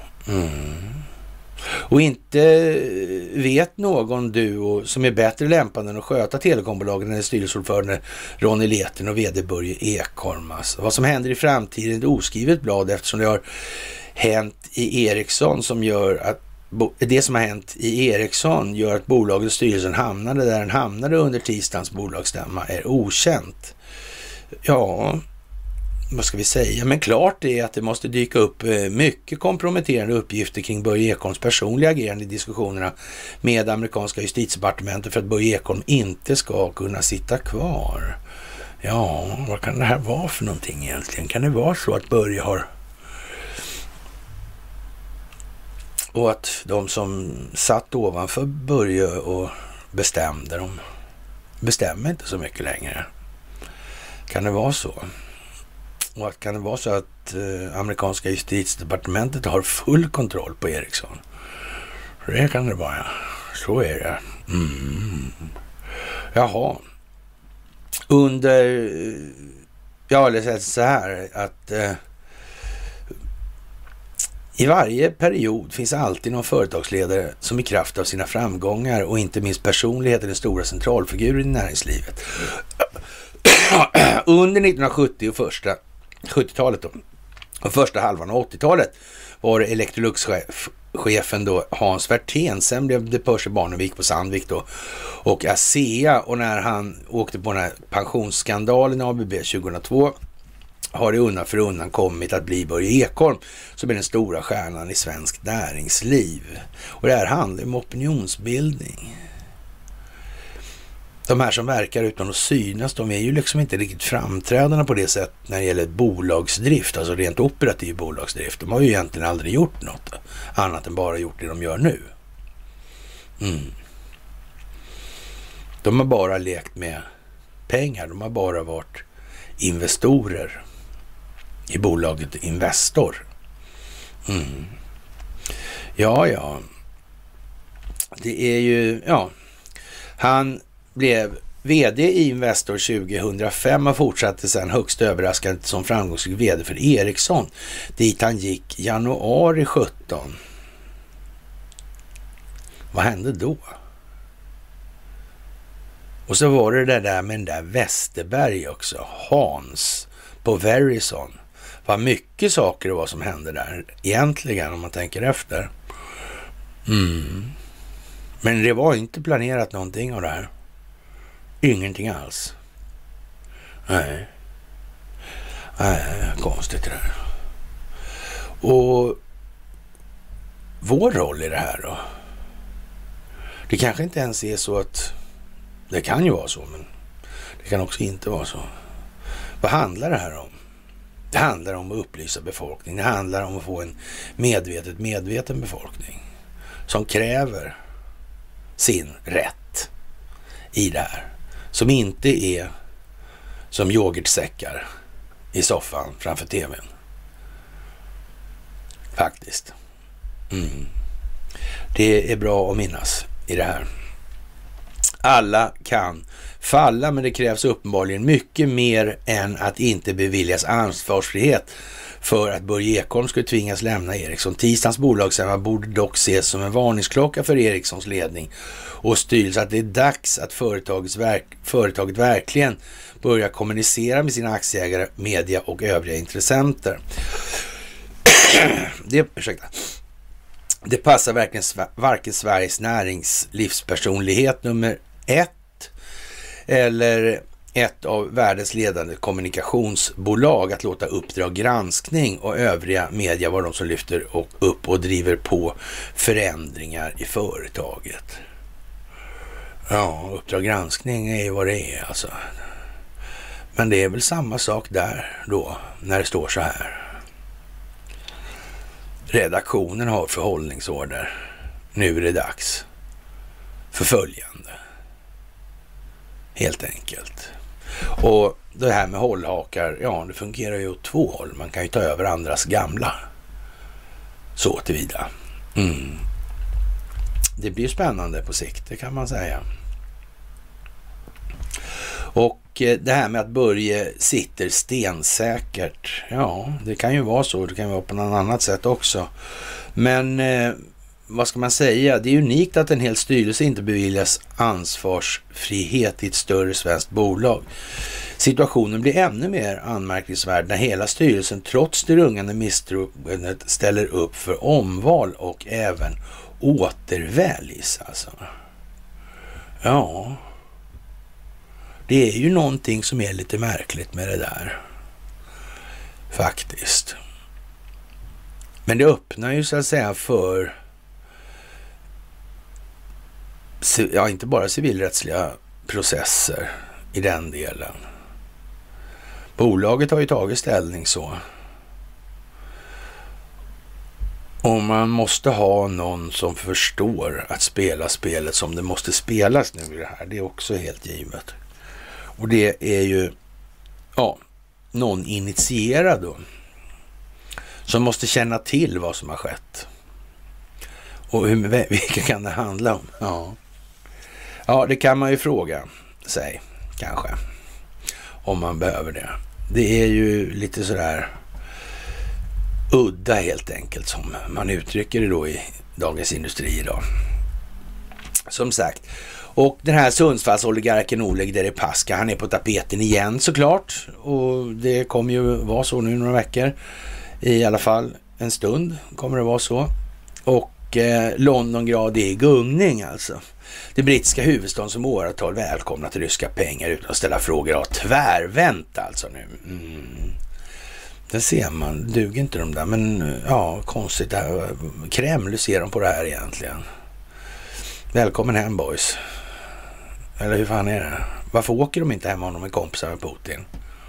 Och inte vet någon duo som är bättre lämpad än att sköta telekombolagen än styrelseordförande Ronny Leten och vd Börje Ekholm. Alltså, vad som händer i framtiden är ett oskrivet blad, eftersom det har hänt i Ericsson som gör att det som har hänt i Ericsson gör att bolagets styrelsen hamnade där den hamnade under tisdagens bolagsstämma är okänt. Ja, vad ska vi säga? Men klart är att det måste dyka upp mycket komprometterande uppgifter kring Börje Ekholms personliga agerande i diskussionerna med amerikanska justitiedepartementet för att Börje Ekholm inte ska kunna sitta kvar. Ja, vad kan det här vara för någonting egentligen? Kan det vara så att Börje har... Och att de som satt ovanför Börje och bestämde, de bestämmer inte så mycket längre. Kan det vara så? Och att kan det vara så att amerikanska justitiedepartementet har full kontroll på Ericsson? Det kan det vara, ja. Så är det. Jaha. Under... Jag har sett så här att... I varje period finns alltid någon företagsledare som i kraft av sina framgångar och inte minst personlighet är den stora centralfiguren i näringslivet. Under 1970 och första 70-talet då, och första halvan av 80-talet var det Electrolux-chefen då Hans Werthén. Sen blev det Percy Barnevik på Sandvik då och ASEA, och när han åkte på den här pensionsskandalen i ABB 2002 har det undan för undan kommit att bli Börje Ekholm som är den stora stjärnan i svensk näringsliv. Och det här handlar om opinionsbildning. De här som verkar utan att synas, de är ju liksom inte riktigt framträdande på det sätt när det gäller bolagsdrift, alltså rent operativ bolagsdrift. De har ju egentligen aldrig gjort något annat än bara gjort det de gör nu. De har bara lekt med pengar, de har bara varit investorer i bolaget Investor. Ja. Det är ju, han blev vd i Investor 2005 och fortsatte sedan högst överraskande som framgångsrik vd för Ericsson, dit han gick januari 17. Vad hände då? Och så var det där med den där Westerberg också, Hans på Verizon. Vad mycket saker det var som hände där egentligen om man tänker efter. Men det var inte planerat någonting av det här. Ingenting alls. Nej, konstigt det där. Och vår roll i det här då? Det kanske inte ens är så att... Det kan ju vara så, men det kan också inte vara så. Vad handlar det här om? Det handlar om att upplysa befolkningen. Det handlar om att få en medveten befolkning som kräver sin rätt i det här. Som inte är som yoghurtsäckar i soffan framför tvn. Faktiskt. Det är bra att minnas i det här. Alla kan falla, men det krävs uppenbarligen mycket mer än att inte beviljas ansvarsfrihet för att Börje Ekholm skulle tvingas lämna Ericsson. Tisdagens bolagsstämma borde dock ses som en varningsklocka för Ericssons ledning och styrelse att det är dags att företaget verkligen börjar kommunicera med sina aktieägare, media och övriga intressenter. Det passar verkligen varken Sveriges näringslivspersonlighet nummer 1 eller ett av världens ledande kommunikationsbolag att låta Uppdrag granskning och övriga media vara de som lyfter upp och driver på förändringar i företaget. Ja, Uppdrag granskning är ju vad det är alltså. Men det är väl samma sak där då när det står så här. Redaktionen har förhållningsorder. Nu är det dags för följande. Helt enkelt. Och det här med hållhakar, ja, det fungerar ju åt två håll. Man kan ju ta över andras gamla. Så tillvida. det blir spännande på sikt, det kan man säga. Och det här med att Börje sitter stensäkert, ja, det kan ju vara så, det kan vara på något annat sätt också. Men vad ska man säga, det är unikt att en hel styrelse inte beviljas ansvarsfrihet i ett större svenskt bolag. Situationen blir ännu mer anmärkningsvärd när hela styrelsen trots det rungande misstroendet ställer upp för omval och även återväljs alltså. Ja, det är ju någonting som är lite märkligt med det där. Faktiskt. Men det öppnar ju så att säga för inte bara civilrättsliga processer i den delen. Bolaget har ju tagit ställning så. Och man måste ha någon som förstår att spela spelet som det måste spelas nu i det här. Det är också helt givet. Och det är ju någon initierad då. Som måste känna till vad som har skett. Och vilka kan det handla om? Ja, det kan man ju fråga sig kanske. Om man behöver det. Det är ju lite sådär udda helt enkelt som man uttrycker det då i Dagens Industri idag. Som sagt. Och den här Sundsvallsoligarken Oleg Deripaska, han är på tapeten igen såklart. Och det kommer ju vara så nu några veckor. I alla fall en stund kommer det vara så. Och Londongrad är i gungning alltså. Det brittiska huvudstaden som åratal välkomnat ryska pengar utan att ställa frågor har tvärvänt alltså nu. Det ser man, duger inte de där, men ja, konstigt där. Kreml ser de på det här egentligen. Välkommen hem boys. Eller hur fan är det? Varför åker de inte hem om de är kompisar med Putin?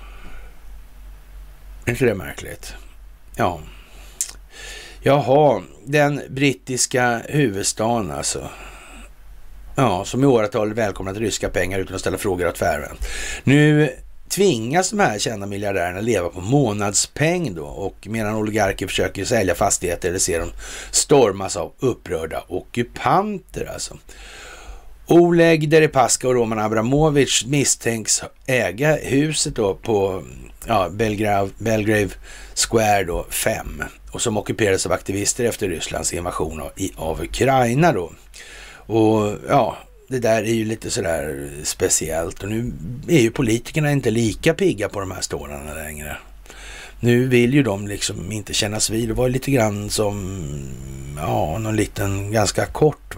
Är inte det märkligt? Ja. Jaha, den brittiska huvudstaden alltså. Ja, som i åratal välkomnat ryska pengar utan att ställa frågor åt tvärvänt. Nu tvingas de här kända miljardärerna leva på månadspeng då, och medan oligarker försöker sälja fastigheter eller ser dem stormas av upprörda ockupanter alltså. Oleg Deripaska och Roman Abramovich misstänks äga huset då på Belgrave Square då 5 och som ockuperades av aktivister efter Rysslands invasion av Ukraina då. Och ja, det där är ju lite sådär speciellt och nu är ju politikerna inte lika pigga på de här stålarna längre. Nu vill ju de liksom inte kännas vid. Det var lite grann som någon liten ganska kort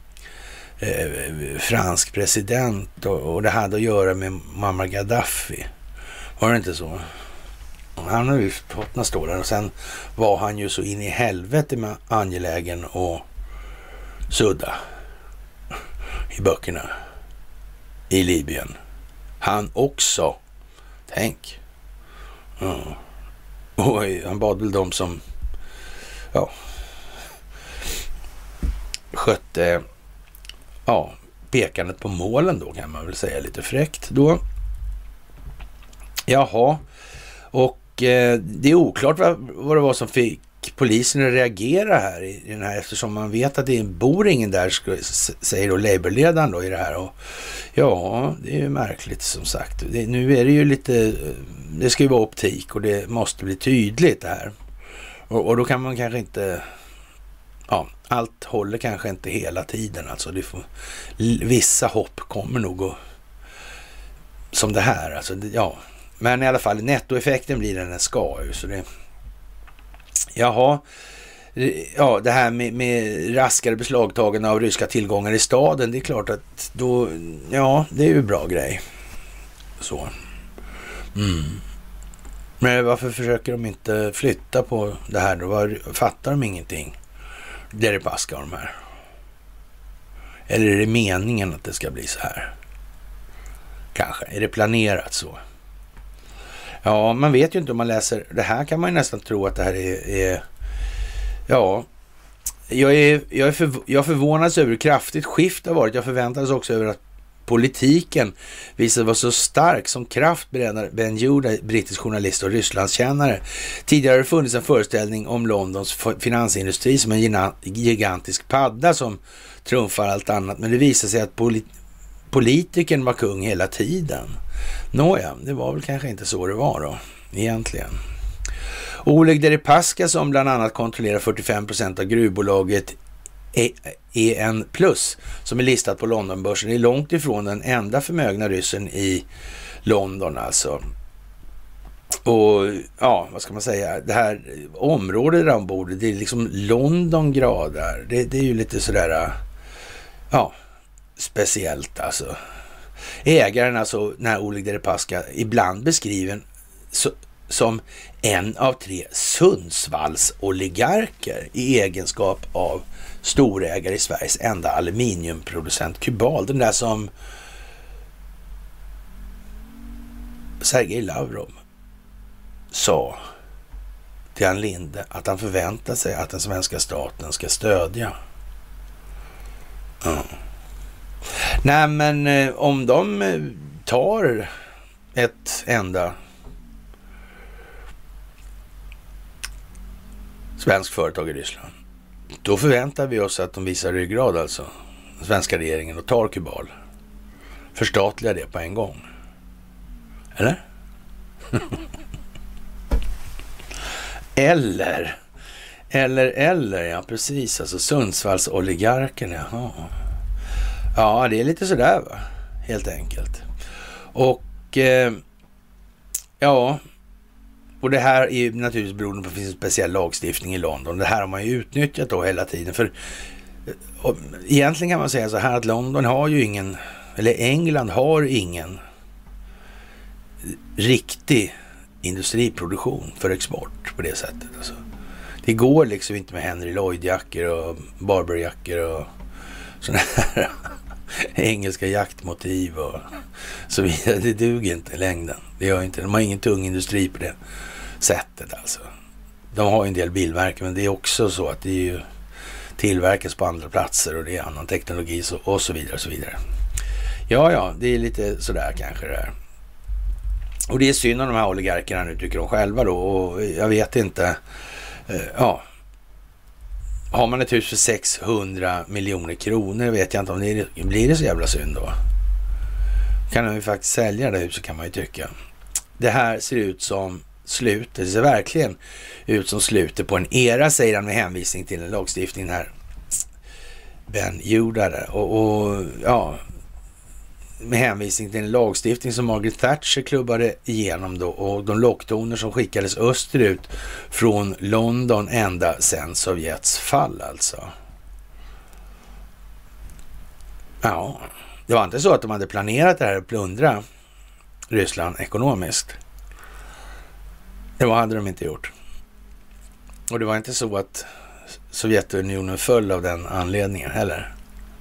fransk president och det hade att göra med Muammar Gaddafi. Var det inte så? Han har ju fått några stålar och sen var han ju så in i helvete med angelägen och sudda i böckerna i Libyen. Han också. Tänk. Oj, han bad väl de som skötte pekandet på målen då, kan man väl säga lite fräckt då. Jaha, och det är oklart vad det var som fick polisen att reagera här i den här, eftersom man vet att det bor ingen där, säger då Labour-ledaren då i det här. Och ja, det är ju märkligt som sagt. Nu är det ju lite, det ska ju vara optik och det måste bli tydligt det här. Och då kan man kanske inte, allt håller kanske inte hela tiden. Alltså vissa hopp kommer nog att, som det här. Alltså, men i alla fall nettoeffekten blir den ska ju. Så det, det här med raskare beslagtagande av ryska tillgångar i staden, det är klart att då, det är ju bra grej. Så. Men varför försöker de inte flytta på det här då? Fattar de ingenting? Deripaska de här. Eller är det meningen att det ska bli så här? Kanske. Är det planerat så? Ja, man vet ju inte om man läser. Det här kan man ju nästan tro att det här är jag förvånas över hur kraftigt skift har varit. Jag förväntades också över att politiken visade vara så stark som kraft, berättar Ben Judah, brittisk journalist och Rysslandskännare. Tidigare har det funnits en föreställning om Londons finansindustri som en gigantisk padda som trumfar allt annat, men det visade sig att politikern var kung hela tiden. Nåja, det var väl kanske inte så det var då, egentligen. Oleg Deripaska, som bland annat kontrollerar 45% av gruvbolaget EN+, som är listat på Londonbörsen, är långt ifrån den enda förmögna ryssen i London alltså. Och ja, vad ska man säga, det här området där ombord, det är liksom Londongrad där. Det är ju lite sådär, ja, speciellt alltså. Ägaren, alltså den här Oleg Deripaska, ibland beskriven som en av 3 Sundsvalls-oligarker i egenskap av storägare i Sveriges enda aluminiumproducent Kubal. Den där som Sergej Lavrov sa till Ann Linde att han förväntar sig att den svenska staten ska stödja. Nej, men om de tar ett enda svensk företag i Ryssland, då förväntar vi oss att de visar ryggrad, alltså den svenska regeringen, och tar Kubal. Förstatliga det på en gång. Eller? eller, ja precis, alltså Sundsvalls oligarkerna. Ja, det är lite sådär va, helt enkelt. Och ja, och det här är ju naturligtvis beroende på att det finns en speciell lagstiftning i London. Det här har man ju utnyttjat då hela tiden. För egentligen kan man säga så här att London har ju ingen, eller England har ingen riktig industriproduktion för export på det sättet. Alltså, det går liksom inte med Henry Lloyd-jackor och Barber-jackor och sådana här engelska jaktmotiv och så vidare. Det duger inte i längden. Det gör inte. De har ingen tung industri på det sättet alltså. De har en del bilverken, men det är också så att det är ju tillverkas på andra platser och det är annan teknologi och så vidare och så vidare. Ja, det är lite sådär kanske det här. Och det är synd om de här oligarkerna nu, tycker de själva då, och jag vet inte, ja, har man ett hus för 600 miljoner kronor, vet jag inte om det blir det så jävla synd då. Kan man ju faktiskt sälja det huset, kan man ju tycka. Det här ser ut som slutet, det ser verkligen ut som slutet på en era, säger han med hänvisning till en lagstiftning här. Ben Judah och ja, med hänvisning till en lagstiftning som Margaret Thatcher klubbade igenom då, och de locktoner som skickades österut från London ända sedan Sovjets fall alltså. Ja, det var inte så att de hade planerat det här att plundra Ryssland ekonomiskt. Det hade de inte gjort. Och det var inte så att Sovjetunionen föll av den anledningen heller.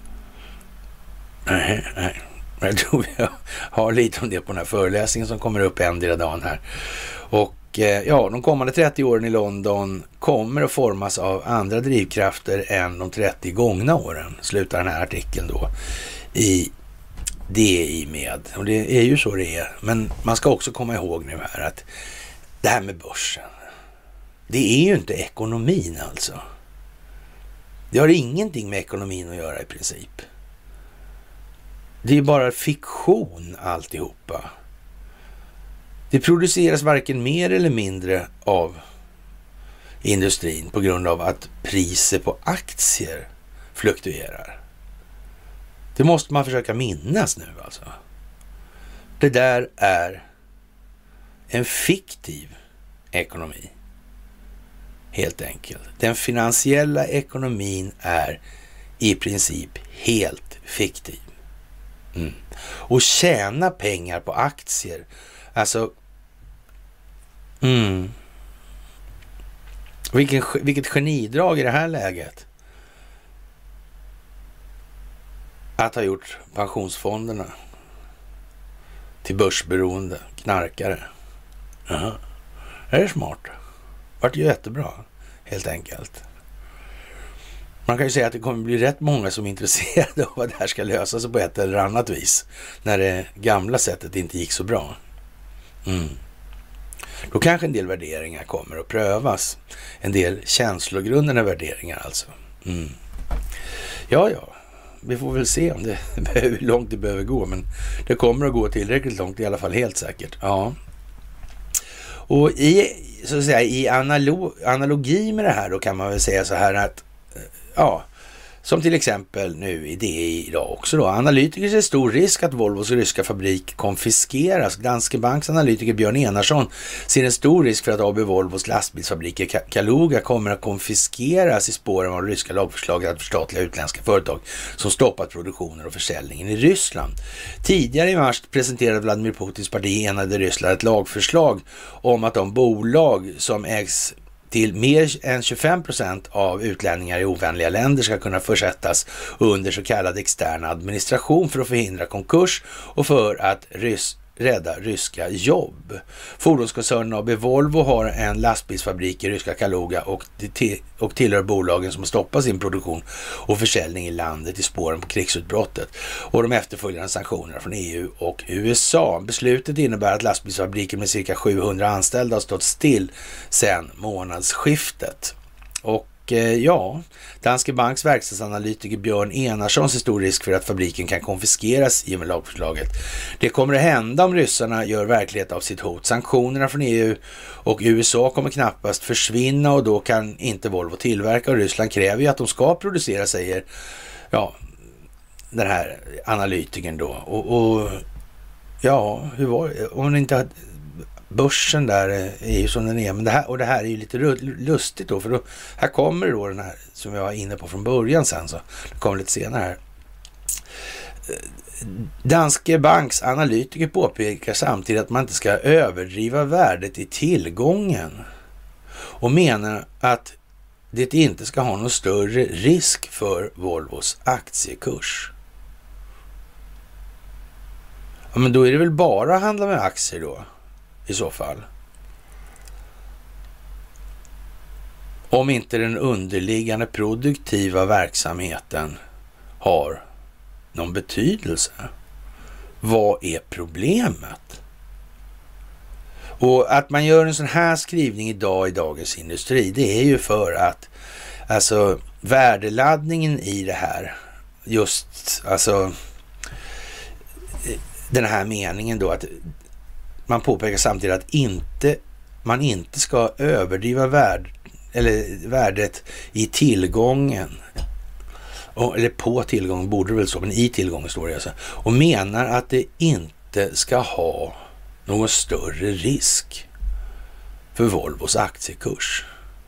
Nej. Jag tror jag har lite om det på den här föreläsningen som kommer upp endera dagen här. Och ja, de kommande 30 åren i London kommer att formas av andra drivkrafter än de 30 gångna åren, slutar den här artikeln då i DI med. Och det är ju så det är. Men man ska också komma ihåg nu här att det här med börsen, det är ju inte ekonomin alltså. Det har ingenting med ekonomin att göra i princip. Det är bara fiktion alltihopa. Det produceras varken mer eller mindre av industrin på grund av att priset på aktier fluktuerar. Det måste man försöka minnas nu alltså. Det där är en fiktiv ekonomi. Helt enkelt. Den finansiella ekonomin är i princip helt fiktiv. Och tjäna pengar på aktier. Alltså vilket genidrag i det här läget att ha gjort pensionsfonderna till börsberoende knarkare. Jaha. Det är smart. Vart ju jättebra, helt enkelt. Man kan ju säga att det kommer bli rätt många som är intresserade av att det här ska lösa sig på ett eller annat vis. När det gamla sättet inte gick så bra. Då kanske en del värderingar kommer att prövas. En del känslogrundande värderingar alltså. Ja. Vi får väl se om hur långt det behöver gå. Men det kommer att gå tillräckligt långt i alla fall, helt säkert. Ja. Och i analogi med det här då kan man väl säga så här att som till exempel nu i det idag också då. Analytiker ser stor risk att Volvos ryska fabrik konfiskeras. Danske Banks analytiker Björn Enarsson ser en stor risk för att AB Volvos lastbilsfabrik i Kaluga kommer att konfiskeras i spåren av ryska lagförslaget att förstatliga utländska företag som stoppat produktionen och försäljningen i Ryssland. Tidigare i mars presenterade Vladimir Putins parti Enade Ryssland ett lagförslag om att de bolag som ägs till mer än 25% av utlänningar i ovänliga länder ska kunna försättas under så kallad extern administration för att förhindra konkurs och för att rädda ryska jobb. Fordonskoncernen AB Volvo har en lastbilsfabrik i ryska Kaluga och tillhör bolagen som stoppar sin produktion och försäljning i landet i spåren på krigsutbrottet och de efterföljande sanktionerna från EU och USA. Beslutet innebär att lastbilsfabriken med cirka 700 anställda har stått still sedan månadsskiftet. Och Danske Banks verkstadsanalytiker Björn Enarsson ser stor risk för att fabriken kan konfiskeras i och med lagförslaget. Det kommer att hända om ryssarna gör verklighet av sitt hot. Sanktionerna från EU och USA kommer knappast försvinna och då kan inte Volvo tillverka och Ryssland kräver ju att de ska producera, säger den här analytikern då. Hur var det? Om det inte börsen där är ju som den är, men det här är ju lite lustigt då, för då, här kommer det då den här som jag var inne på från början sen, så det kommer lite senare här. Danske Banks analytiker påpekar samtidigt att man inte ska överdriva värdet i tillgången och menar att det inte ska ha någon större risk för Volvos aktiekurs. Ja, men då är det väl bara att handla med aktier då i så fall. Om inte den underliggande produktiva verksamheten har någon betydelse. Vad är problemet? Och att man gör en sån här skrivning idag i Dagens Industri, det är ju för att alltså värdeladdningen i det här, just alltså den här meningen då, att man påpekar samtidigt att man inte ska överdriva värdet i tillgången. Eller på tillgången borde det väl så, men i tillgången står det alltså. Och menar att det inte ska ha någon större risk för Volvos aktiekurs.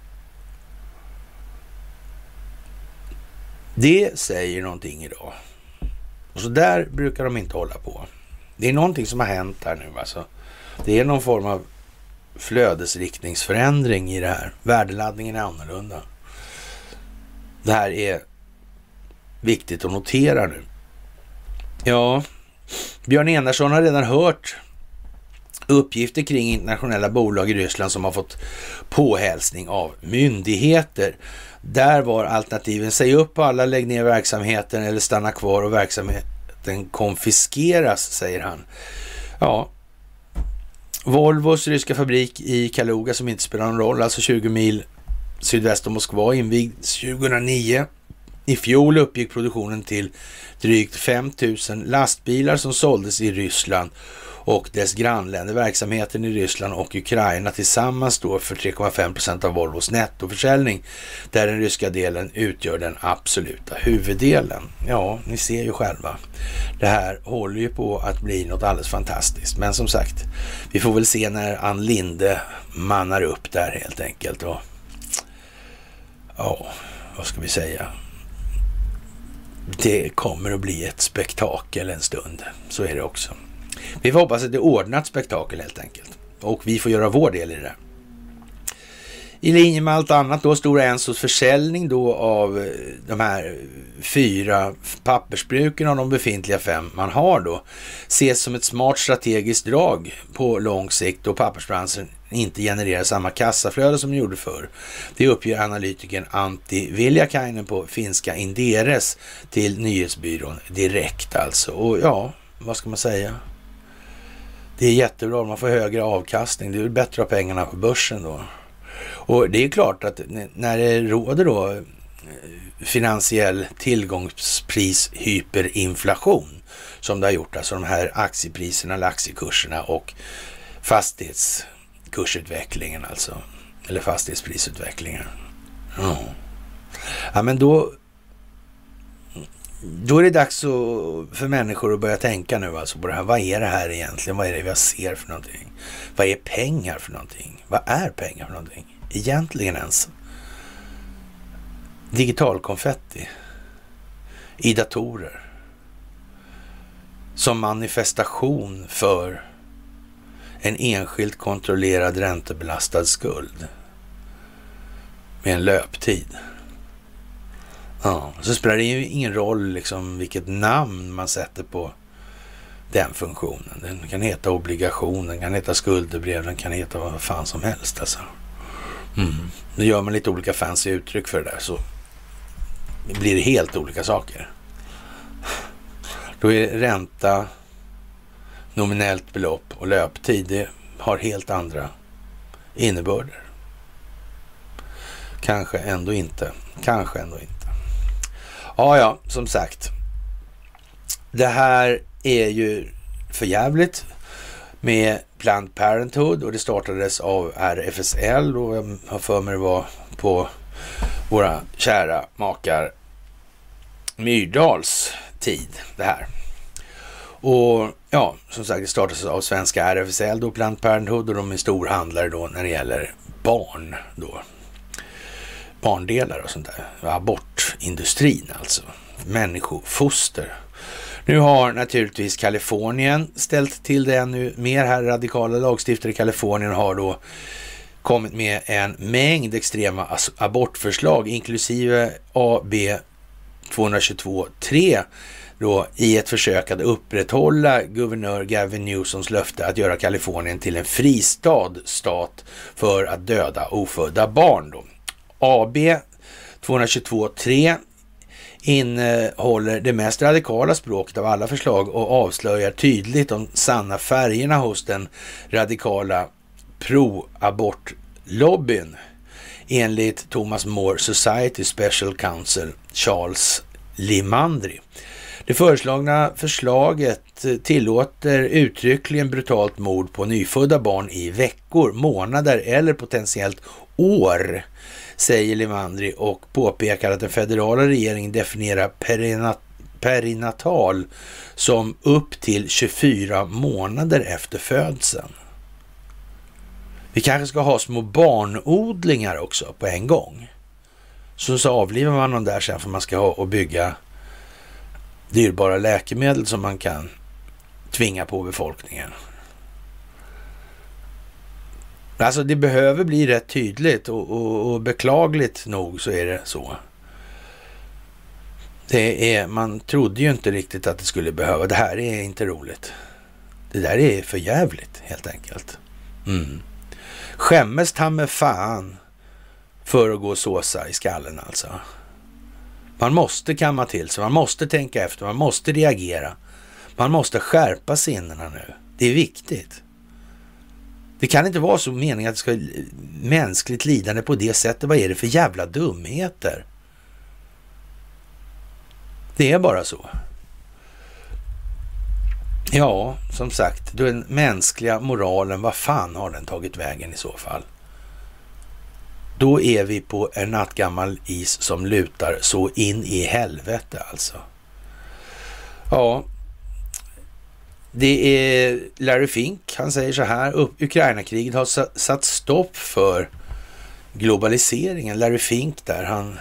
Det säger någonting idag. Och så där brukar de inte hålla på. Det är någonting som har hänt här nu alltså. Det är någon form av flödesriktningsförändring i det här. Värdeladdningen är annorlunda. Det här är viktigt att notera nu. Ja, Björn Enarsson har redan hört uppgifter kring internationella bolag i Ryssland som har fått påhälsning av myndigheter. Där var alternativen: säg upp alla, lägg ner verksamheten eller stanna kvar och verksamheten konfiskeras, säger han. Ja, Volvos ryska fabrik i Kaluga, som inte spelar någon roll, alltså 20 mil sydväst om Moskva, invigd 2009. I fjol uppgick produktionen till drygt 5 000 lastbilar som såldes i Ryssland och dess grannländer. Verksamheten i Ryssland och Ukraina tillsammans står för 3,5% av Volvos nettoförsäljning, där den ryska delen utgör den absoluta huvuddelen. Ja, ni ser ju själva. Det här håller ju på att bli något alldeles fantastiskt. Men som sagt, vi får väl se när Ann Linde mannar upp där helt enkelt. Och ja, vad ska vi säga? Det kommer att bli ett spektakel en stund. Så är det också. Vi får hoppas att det är ordnat spektakel helt enkelt. Och vi får göra vår del i det. I linje med allt annat då, Stora Ensos försäljning då av de här 4 pappersbruken av de befintliga 5 man har då ses som ett smart strategiskt drag på lång sikt, och pappersbranschen inte genererar samma kassaflöde som den gjorde förr. Det uppger analytikern Antti Viljakainen på finska Inderes till nyhetsbyrån Direkt alltså. Och ja, vad ska man säga? Det är jättebra, man får högre avkastning. Det är bättre att ha pengarna på börsen då. Och det är klart att när det råder då finansiell tillgångspris hyperinflation som det har gjort, alltså de här aktiepriserna eller aktiekurserna och fastighetskursutvecklingen alltså, eller fastighetsprisutvecklingar. Ja, men då är det dags för människor att börja tänka nu alltså på det här. Vad är det här egentligen? Vad är det vi ser för någonting? Vad är pengar för någonting? Vad är pengar för någonting? Egentligen ens. Digitalkonfetti i datorer som manifestation för en enskilt kontrollerad räntebelastad skuld med en löptid. Ja, så spelar det ju ingen roll liksom vilket namn man sätter på den funktionen. Den kan heta obligation, den kan heta skuldebrev, den kan heta vad fan som helst alltså. Då gör man lite olika fancy uttryck för det där, så blir det helt olika saker. Då är ränta, nominellt belopp och löptid, det har helt andra innebörder. Kanske ändå inte. Ja, som sagt. Det här är ju för jävligt med Planned Parenthood och det startades av RFSL och jag har för mig det var på våra kära makar Myrdals tid det här. Och ja, som sagt, det startades av svenska RFSL då, Planned Parenthood, och de är storhandlare då när det gäller barn då. Barndelar och sånt där. Abortindustrin alltså. Människofoster. Nu har naturligtvis Kalifornien ställt till det ännu mer här. Radikala lagstiftare i Kalifornien har då kommit med en mängd extrema abortförslag inklusive AB 222.3 då i ett försök att upprätthålla guvernör Gavin Newsoms löfte att göra Kalifornien till en stat för att döda ofödda barn då. AB 222.3 innehåller det mest radikala språket av alla förslag och avslöjar tydligt de sanna färgerna hos den radikala pro-abortlobbyn enligt Thomas More Society Special Counsel Charles Limandri. Det föreslagna förslaget tillåter uttryckligen brutalt mord på nyfödda barn i veckor, månader eller potentiellt år, säger Limandri och påpekar att den federala regeringen definierar perinatal som upp till 24 månader efter födseln. Vi kanske ska ha små barnodlingar också på en gång. Så avlivar man dem där sen för man ska ha och bygga dyrbara läkemedel som man kan tvinga på befolkningen. Alltså det behöver bli rätt tydligt och beklagligt nog så är det så. Man trodde ju inte riktigt att det skulle behöva. Det här är inte roligt. Det där är för jävligt helt enkelt. Skämmes ta med fan för att gå och såsa i skallen alltså. Man måste kamma till sig, man måste tänka efter, man måste reagera. Man måste skärpa sinnena nu. Det är viktigt. Det kan inte vara så meningen att det ska mänskligt lidande på det sättet. Vad är det för jävla dumheter? Det är bara så. Ja, som sagt, den mänskliga moralen, vad fan har den tagit vägen i så fall? Då är vi på en nattgammal is som lutar så in i helvete alltså. Ja, det är Larry Fink, han säger så här: Ukraina-kriget har satt stopp för globaliseringen. Larry Fink där, han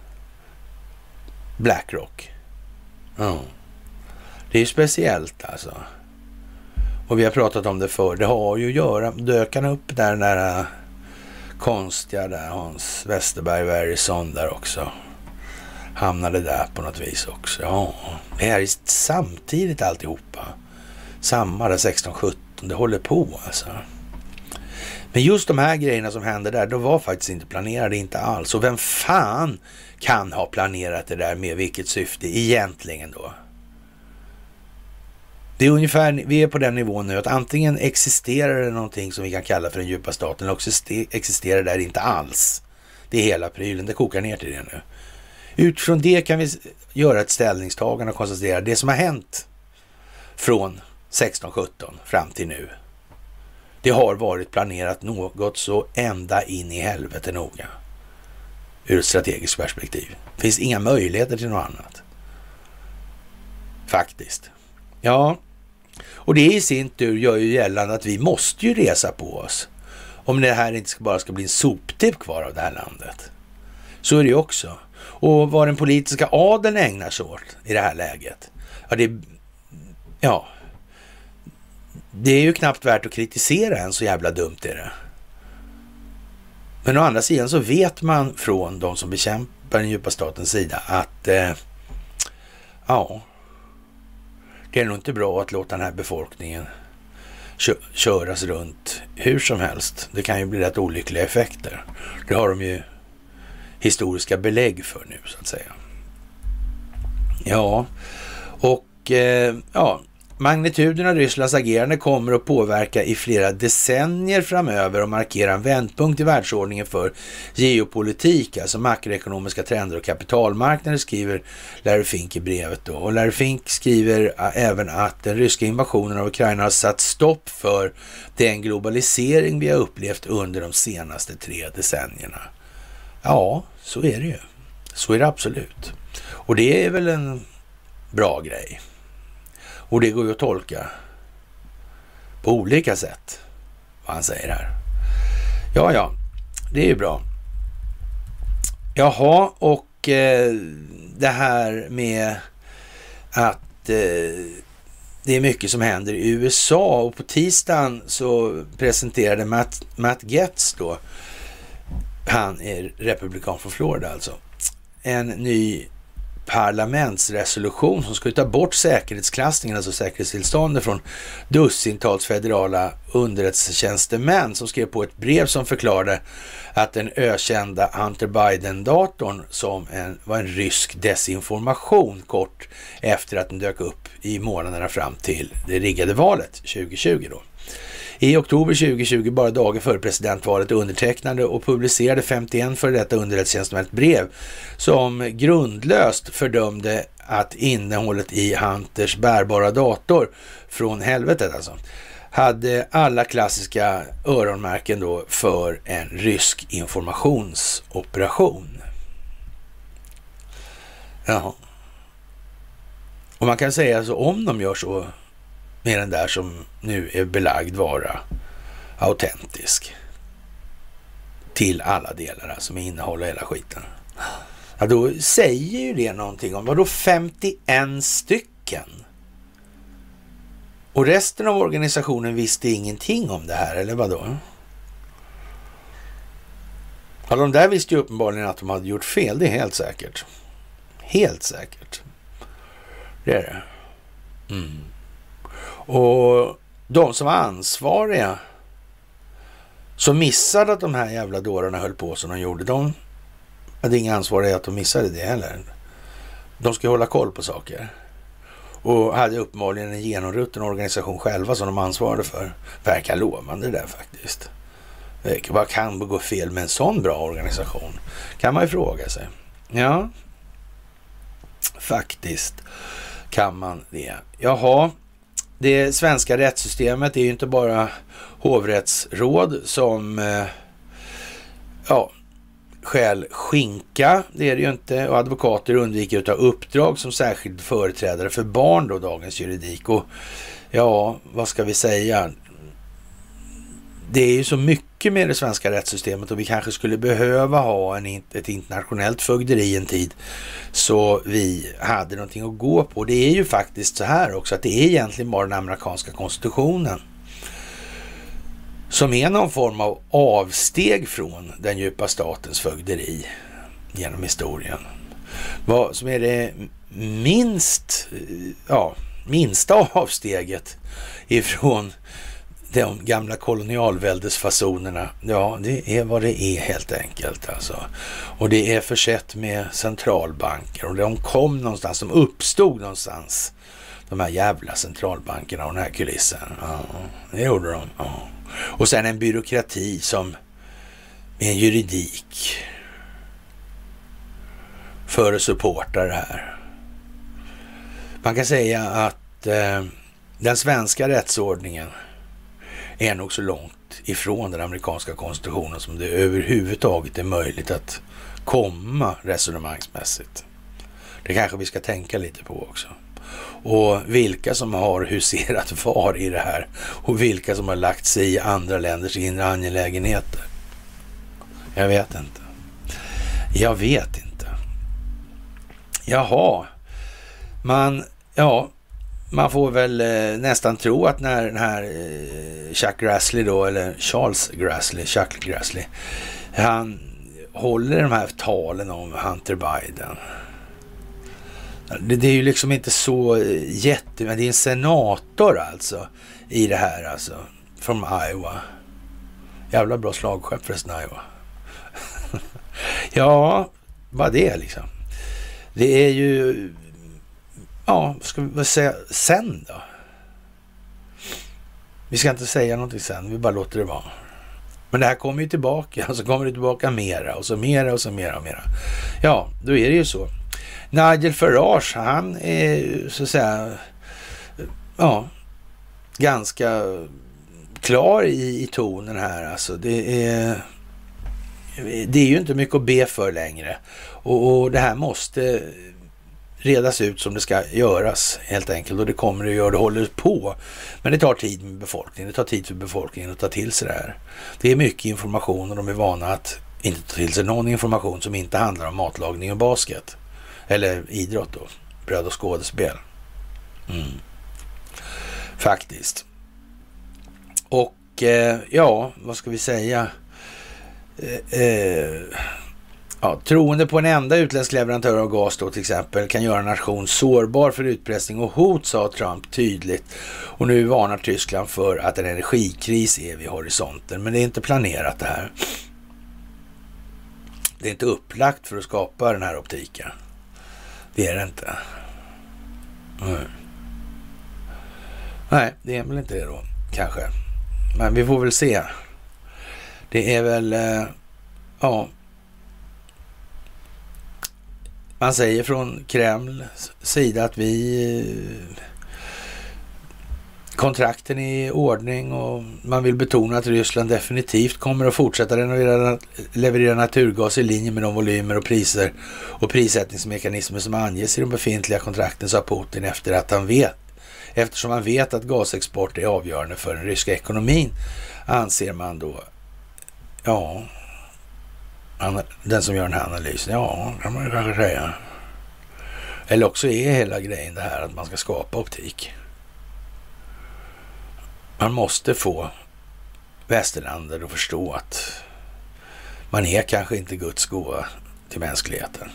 BlackRock. Ja. Det är ju speciellt alltså. Och vi har pratat om det förr. Det har ju att göra, dök han upp där den där konstiga där, Hans Westerberg och Harrison där också. Hamnade där på något vis också. Ja, det är samtidigt alltihopa. Samma där 16-17, det håller på alltså. Men just de här grejerna som hände där, de var faktiskt inte planerade, inte alls. Och vem fan kan ha planerat det där med vilket syfte egentligen då? Det är ungefär, vi är på den nivån nu att antingen existerar det någonting som vi kan kalla för den djupa staten, eller existerar det där inte alls. Det är hela prylen, det kokar ner till det nu. Utifrån det kan vi göra ett ställningstagande och konstatera det som har hänt från 16-17 fram till nu. Det har varit planerat något så ända in i helvete noga. Ur ett strategiskt perspektiv. Det finns inga möjligheter till något annat. Faktiskt. Ja, och det i sin tur gör ju gällande att vi måste ju resa på oss. Om det här inte bara ska bli en soptipp kvar av det här landet. Så är det ju också. Och vad den politiska adeln ägnar sig åt i det här läget. Det är ju knappt värt att kritisera en, så jävla dumt är det. Men å andra sidan så vet man från de som bekämpar den djupa statens sida att det är nog inte bra att låta den här befolkningen köras runt hur som helst. Det kan ju bli rätt olyckliga effekter. Det har de ju historiska belägg för nu, så att säga. Ja, och magnituden av Rysslands agerande kommer att påverka i flera decennier framöver och markera en vändpunkt i världsordningen för geopolitik, alltså makroekonomiska trender och kapitalmarknader, skriver Larry Fink i brevet då. Och Larry Fink skriver även att den ryska invasionen av Ukraina har satt stopp för den globalisering vi har upplevt under de senaste 3 decennierna. Ja, så är det ju. Så är det absolut. Och det är väl en bra grej. Och det går ju att tolka på olika sätt vad han säger här. Ja, det är ju bra. Jaha, och det här med att det är mycket som händer i USA, och på tisdagen så presenterade Matt Gaetz då, han är republikan från Florida alltså, en ny parlamentsresolution som ska ta bort säkerhetsklassningen, alltså säkerhetstillståndet, från dussintals federala underrättelsetjänstemän som skrev på ett brev som förklarade att den ökända Hunter Biden-datorn var en rysk desinformation kort efter att den dök upp i månaderna fram till det riggade valet 2020 då. I oktober 2020, bara dagar före presidentvalet, undertecknade och publicerade 51 för detta underrättelsetjänstemän ett brev som grundlöst fördömde att innehållet i Hunters bärbara dator från helvetet alltså hade alla klassiska öronmärken då för en rysk informationsoperation. Jaha. Och man kan säga alltså, om de gör så med den där som nu är belagd vara autentisk till alla delar, alltså med innehåll och hela skiten. Ja, då säger ju det någonting om, vadå 51 stycken? Och resten av organisationen visste ingenting om det här, eller vadå? Ja, de där visste ju uppenbarligen att de hade gjort fel, det är helt säkert. Helt säkert. Det är det. Mm. Och de som var ansvariga som missade att de här jävla dårarna höll på som de gjorde, de hade inga ansvariga att de missade det heller. De ska hålla koll på saker. Och hade uppenbarligen en genomrutten organisation själva som de ansvarade för. Verkar lovande det där faktiskt. Vad kan gå fel med en sån bra organisation? Kan man ju fråga sig. Ja, faktiskt kan man det. Jaha. Det svenska rättssystemet är ju inte bara hovrättsråd som skäl skinka, det är det ju inte, och advokater undviker att ta uppdrag som särskild företrädare för barn då, dagens juridik. Och ja, vad ska vi säga? Det är ju så mycket med det svenska rättssystemet och vi kanske skulle behöva ha ett internationellt fögderi en tid så vi hade någonting att gå på. Det är ju faktiskt så här också att det är egentligen bara den amerikanska konstitutionen som är någon form av avsteg från den djupa statens fögderi genom historien. Vad som är det minsta avsteget ifrån de gamla kolonialväldesfasonerna, ja, det är vad det är helt enkelt alltså. Och det är försett med centralbanker och de kom någonstans, de uppstod någonstans, de här jävla centralbankerna och den här kulissen. Ja, det gjorde de. Ja. Och sen en byråkrati som med en juridik för att supporta det här. Man kan säga att den svenska rättsordningen är nog så långt ifrån den amerikanska konstitutionen som det överhuvudtaget är möjligt att komma resonemangsmässigt. Det kanske vi ska tänka lite på också. Och vilka som har huserat var i det här och vilka som har lagt sig i andra länders inre angelägenheter. Jag vet inte. Jaha, man får väl nästan tro att när den här Chuck Grassley då, eller Chuck Grassley, han håller de här talen om Hunter Biden. Det är ju liksom inte så men det är en senator alltså i det här alltså, från Iowa. Jävla bra slagskepp förresten, Iowa. Ja, vad det är liksom. Det är ju, ja, ska vi säga sen då? Vi ska inte säga någonting sen, vi bara låter det vara. Men det här kommer ju tillbaka, och så kommer det tillbaka mera, och så mera, och så mera och mera. Ja, då är det ju så. Nigel Farage, han är så att säga, ja, ganska klar i tonen här. Alltså det är ju inte mycket att be för längre. Och det här måste redas ut som det ska göras helt enkelt. Och det kommer det att göra, det håller på. Men det tar tid med befolkningen. Det tar tid för befolkningen att ta till sig det här. Det är mycket information och de är vana att inte ta till sig någon information som inte handlar om matlagning och basket. Eller idrott då. Bröd och skådespel. Faktiskt. Och ja, vad ska vi säga? Ja, troende på en enda utländsk leverantör av gas då till exempel kan göra en nation sårbar för utpressning och hot, sa Trump tydligt. Och nu varnar Tyskland för att en energikris är vid horisonten. Men det är inte planerat det här. Det är inte upplagt för att skapa den här optiken. Det är det inte. Nej, det är väl inte det då, kanske. Men vi får väl se. Det är väl, ja. Man säger från Kremls sida att kontrakten är i ordning och man vill betona att Ryssland definitivt kommer att fortsätta leverera naturgas i linje med de volymer och priser och prissättningsmekanismer som anges i de befintliga kontrakten, sa Putin eftersom man vet att gasexport är avgörande för den ryska ekonomin, anser man då, ja, den som gör den här analysen, ja, kan man ju kanske säga. Eller också är hela grejen det här att man ska skapa optik. Man måste få västerländer att förstå att man är kanske inte Guds gåva till mänskligheten.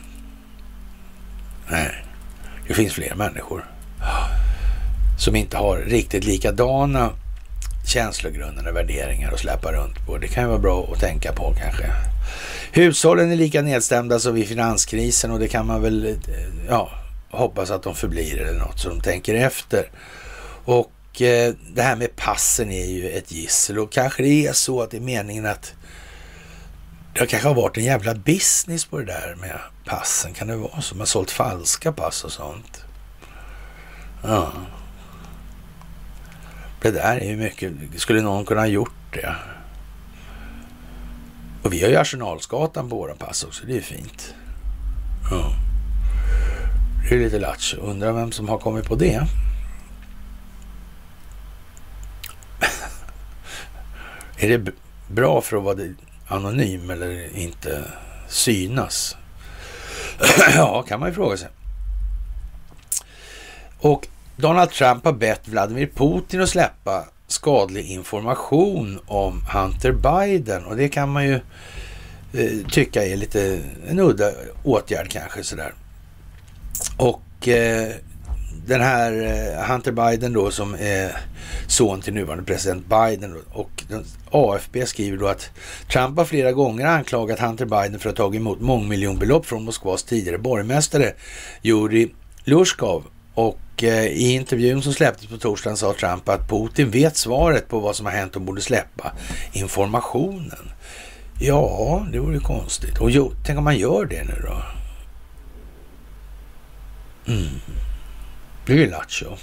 Nej, det finns fler människor som inte har riktigt likadana känslogrundande värderingar att släppa runt på. Det kan ju vara bra att tänka på kanske. Hushållen är lika nedstämda som vid finanskrisen och det kan man väl hoppas att de förblir eller något så de tänker efter. Och det här med passen är ju ett gissel och kanske det är så att det är meningen att det kanske har varit en jävla business på det där med passen. Kan det vara så? Man har sålt falska pass och sånt. Ja. Det där är ju mycket. Skulle någon kunna ha gjort det? Och vi har ju Arsenalsgatan på våra pass också. Det är fint. Ja. Det är lite latch. Undrar vem som har kommit på det. Är det bra för att vara anonym eller inte synas? Ja, kan man ju fråga sig. Och Donald Trump har bett Vladimir Putin att släppa skadlig information om Hunter Biden. Och det kan man ju tycka är lite en udda åtgärd kanske sådär. Och den här Hunter Biden då, som är son till nuvarande president Biden, och AFP skriver då att Trump har flera gånger anklagat Hunter Biden för att ha tagit emot mångmiljonbelopp från Moskvas tidigare borgmästare Yuri Lushkov. Och i intervjun som släpptes på torsdagen sa Trump att Putin vet svaret på vad som har hänt och borde släppa informationen. Ja, det vore ju konstigt. Och tänk om man gör det nu då? Det är ju lattjo.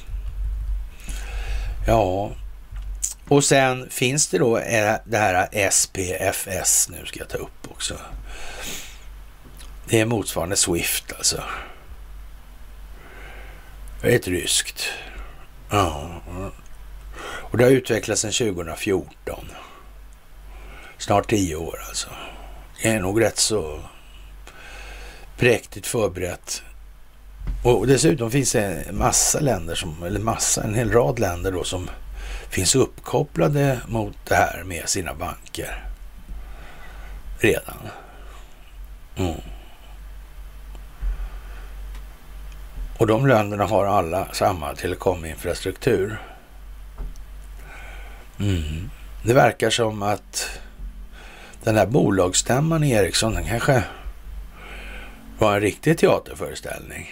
Ja. Och sen finns det då det här SPFS, nu ska jag ta upp också. Det är motsvarande Swift alltså. Det är ett ryskt. Ja. Och det har utvecklats sedan 2014. Snart 10 år alltså. Det är nog rätt så präktigt förberett. Och dessutom finns det en hel rad länder då som finns uppkopplade mot det här med sina banker redan. Och de länderna har alla samma telekominfrastruktur. Det verkar som att den här bolagsstämman i Ericsson, den kanske var en riktig teaterföreställning.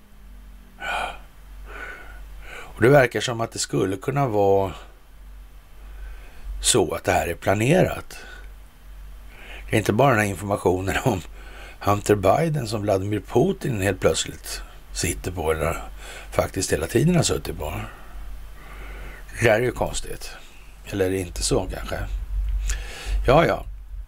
Och det verkar som att det skulle kunna vara så att det här är planerat. Det är inte bara den här informationen om Hunter Biden som Vladimir Putin helt plötsligt sitter på, eller faktiskt hela tiden har suttit på. Det här är ju konstigt. Eller inte så kanske. Ja.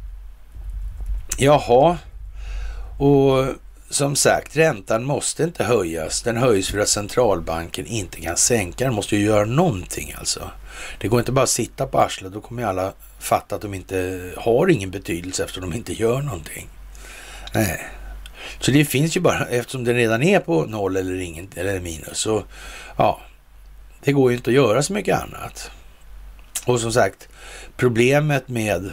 Jaha. Och som sagt, räntan måste inte höjas. Den höjs för att centralbanken inte kan sänka. Den måste ju göra någonting alltså. Det går inte bara att sitta på arslet. Då kommer ju alla fatta att de inte har ingen betydelse eftersom de inte gör någonting. Nej. Så det finns ju bara, eftersom den redan är på noll eller minus, så ja, det går ju inte att göra så mycket annat. Och som sagt, problemet med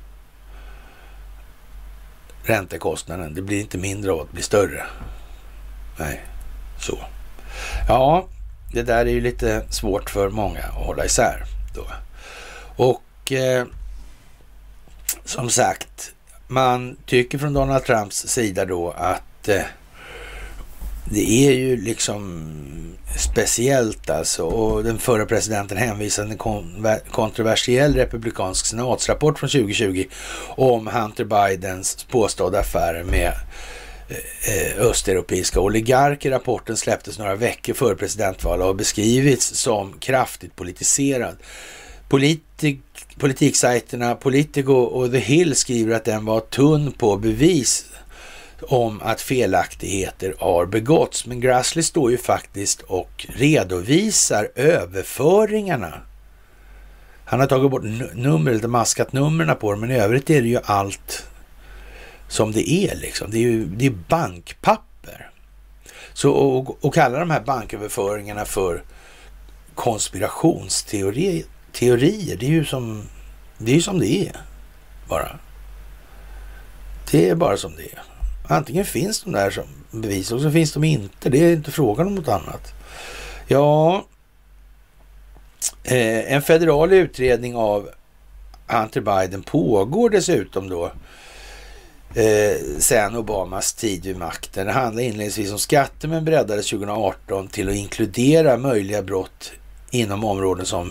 räntekostnaden, det blir inte mindre av att bli större. Nej, så. Ja, det där är ju lite svårt för många att hålla isär då. Och som sagt, man tycker från Donald Trumps sida då att det är ju liksom speciellt alltså. Och den förra presidenten hänvisade en kontroversiell republikansk senatsrapport från 2020 om Hunter Bidens påstådda affärer med östeuropeiska oligarker. Rapporten släpptes några veckor före presidentvalet och har beskrivits som kraftigt politiserad. Politiksajterna Politico och The Hill skriver att den var tunn på bevis om att felaktigheter har begåtts. Men Grassley står ju faktiskt och redovisar överföringarna. Han har tagit bort nummer, eller maskat nummerna på dem, men i övrigt är det ju allt som det är liksom. Det är bankpapper. Så och kalla de här banköverföringarna för konspirationsteorier, det är ju som det är bara. Det är bara som det är. Antingen finns de där som bevis och så finns de inte. Det är inte frågan om något annat. Ja, en federal utredning av Hunter Biden pågår dessutom då sen Obamas tid vid makten. Det handlar inledningsvis om skatter men breddades 2018 till att inkludera möjliga brott inom områden som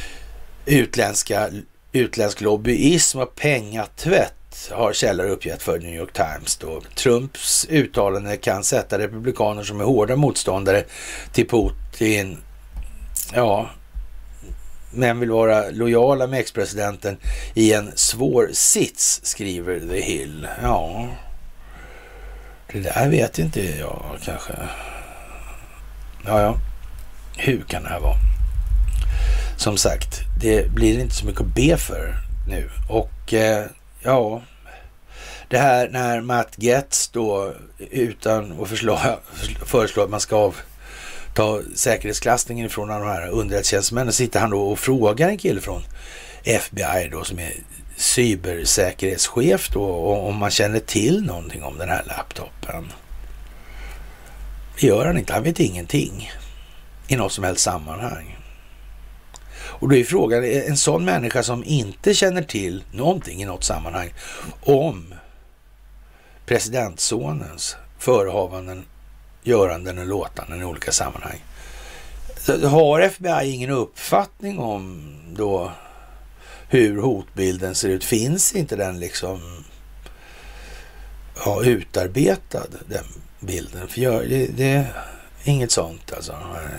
utländsk lobbyism och pengatvätt, har källor uppgett för New York Times då. Trumps uttalande kan sätta republikaner som är hårda motståndare till Putin, ja, men vill vara lojala med ex-presidenten i en svår sits, skriver The Hill. Ja, det där vet inte jag kanske. Ja, hur kan det här vara? Som sagt, det blir inte så mycket att be för nu. Och ja, det här när Matt Gaetz då utan att föreslå att man ska ta säkerhetsklassningen ifrån de här underrättelsetjänstemännen, sitter han då och frågar en kille från FBI då som är cybersäkerhetschef då, och om man känner till någonting om den här laptopen. Det gör han inte, han vet ingenting. i något som helst sammanhang. Och då är frågan, en sån människa som inte känner till någonting i något sammanhang om presidentsonens förehavanden, göranden och låtanden i olika sammanhang. Så har FBI ingen uppfattning om då hur hotbilden ser ut? Finns inte den liksom utarbetad, den bilden? För det är inget sånt alltså.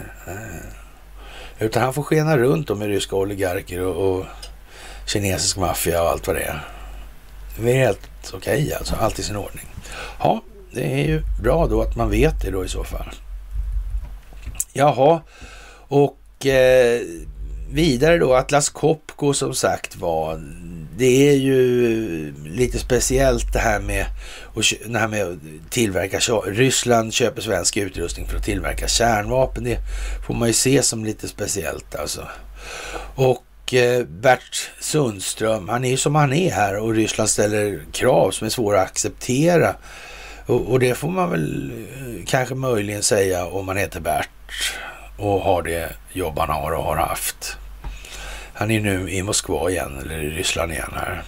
Utan han får skena runt med ryska oligarker och kinesisk maffia och allt vad det är. Det är helt okej alltså, allt i sin ordning. Ja, det är ju bra då att man vet det då i så fall. Jaha, och vidare då, Atlas Copco som sagt var, det är ju lite speciellt det här med att tillverka, Ryssland köper svensk utrustning för att tillverka kärnvapen, det får man ju se som lite speciellt alltså. Och Bert Sundström, han är ju som han är här och Ryssland ställer krav som är svåra att acceptera. Och det får man väl kanske möjligen säga om man heter Bert och har det jobb han har och har haft. Han är nu i Moskva igen, eller i Ryssland igen här.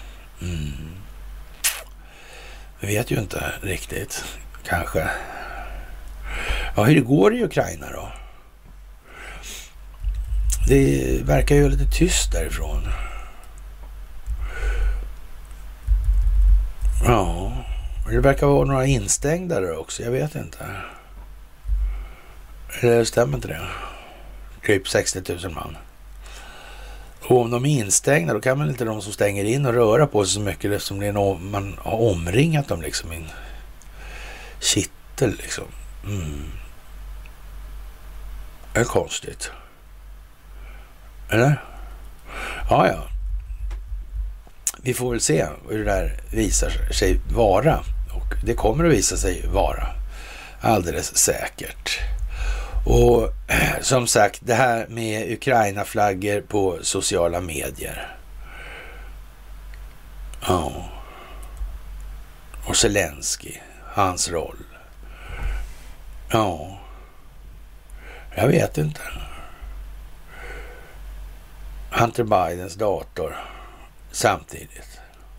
Vi vet ju inte riktigt, kanske. Ja, hur det går i Ukraina då? Det verkar ju lite tyst därifrån. Ja, det verkar vara några instängda där också, jag vet inte. Eller stämmer inte det? Typ 60 000 man. Och om de är instängda, då kan man inte de som stänger in och röra på sig så mycket eftersom det är man har omringat dem liksom i en kittel liksom. Det är konstigt. Eller? Ja. Vi får väl se hur det där visar sig vara. Och det kommer att visa sig vara. Alldeles säkert. Och som sagt, det här med Ukraina-flaggor på sociala medier. Ja. Och Zelensky, hans roll. Ja. Jag vet inte. Hunter Bidens dator samtidigt.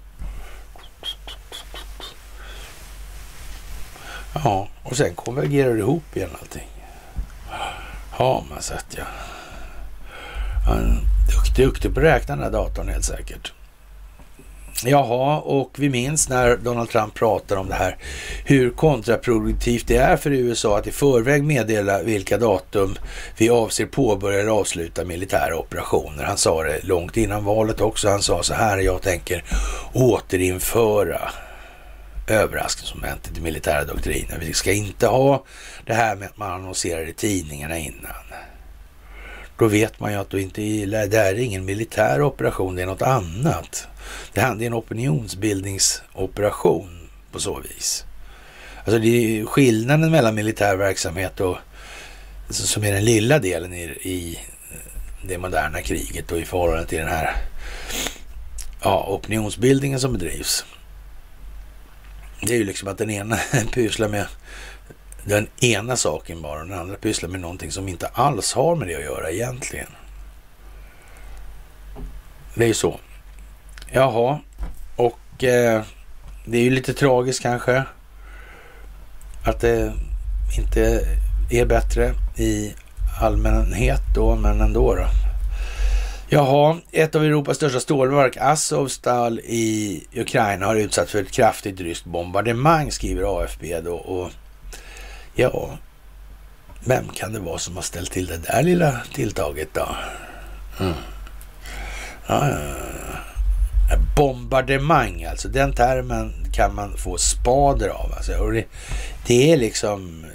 Ja, och sen konvergerar det ihop igen allting. Ja, man sett ja. Han är duktig på att räkna den här datorn helt säkert. Jaha, och vi minns när Donald Trump pratar om det här, hur kontraproduktivt det är för USA att i förväg meddela vilka datum vi avser påbörja eller avsluta militära operationer. Han sa det långt innan valet också. Han sa så här: jag tänker återinföra överraskningsmomentet i militära doktriner. Vi ska inte ha det här med att man annonserar i tidningarna innan. Då vet man ju att det är ingen militär operation, det är något annat. Det är en opinionsbildningsoperation på så vis. Alltså det är skillnaden mellan militär verksamhet och som är den lilla delen i det moderna kriget och i förhållande till den här opinionsbildningen som bedrivs. Det är ju liksom att den ena pysslar med den ena saken bara och den andra pysslar med någonting som inte alls har med det att göra egentligen. Det är ju så. Jaha, och det är ju lite tragiskt kanske att det inte är bättre i allmänhet då, men ändå då. Jaha, ett av Europas största stålverk, Azovstal i Ukraina, har utsatts för ett kraftigt ryskt bombardemang, skriver AFP då. Och ja, vem kan det vara som har ställt till det där lilla tilltaget då? Bombardemang, alltså den termen kan man få spader av alltså. Och det är liksom,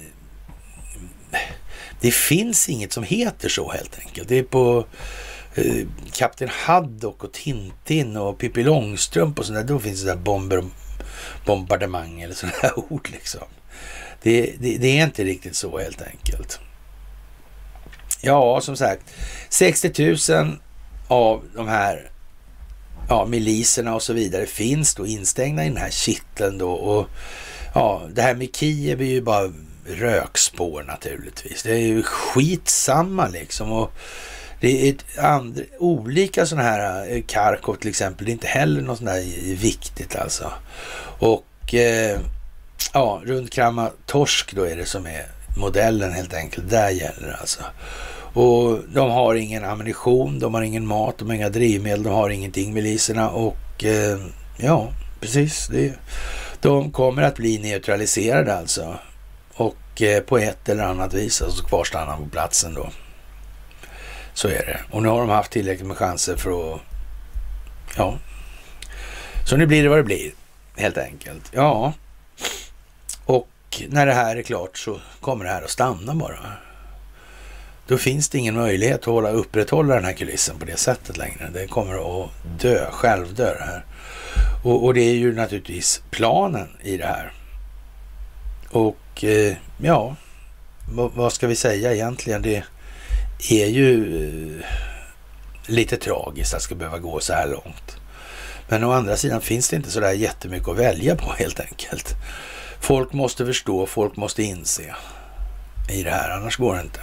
det finns inget som heter så helt enkelt. Det är på Kapten Haddock och Tintin och Pippi Långstrump och sådär, då finns det där bombardemang eller sådana här ord liksom. Det är inte riktigt så helt enkelt. Ja, som sagt, 60 000 av de här miliserna och så vidare finns då instängda i den här kitteln då. Och det här med Kiev är ju bara rökspår naturligtvis. Det är ju skitsamma liksom. Och det är olika sådana här, Kharkov till exempel, det är inte heller något sånt där viktigt alltså. Och ja, runt Kramatorsk då är det som är modellen helt enkelt. Där gäller alltså. Och de har ingen ammunition, de har ingen mat, de har inga drivmedel, de har ingenting, miliserna. Och ja, precis. De kommer att bli neutraliserade alltså. Och på ett eller annat vis alltså kvarstanna på platsen då. Så är det. Och nu har de haft tillräckligt med chanser för att... Ja. Så nu blir det vad det blir. Helt enkelt. Ja. Och när det här är klart så kommer det här att stanna bara. Då finns det ingen möjlighet att upprätthålla den här kulissen på det sättet längre. Det kommer att självdö det här. Och det är ju naturligtvis planen i det här. Och ja, vad ska vi säga egentligen? Det är ju lite tragiskt att det ska behöva gå så här långt. Men å andra sidan finns det inte så där jättemycket att välja på helt enkelt. Folk måste förstå, folk måste inse i det här, annars går det inte.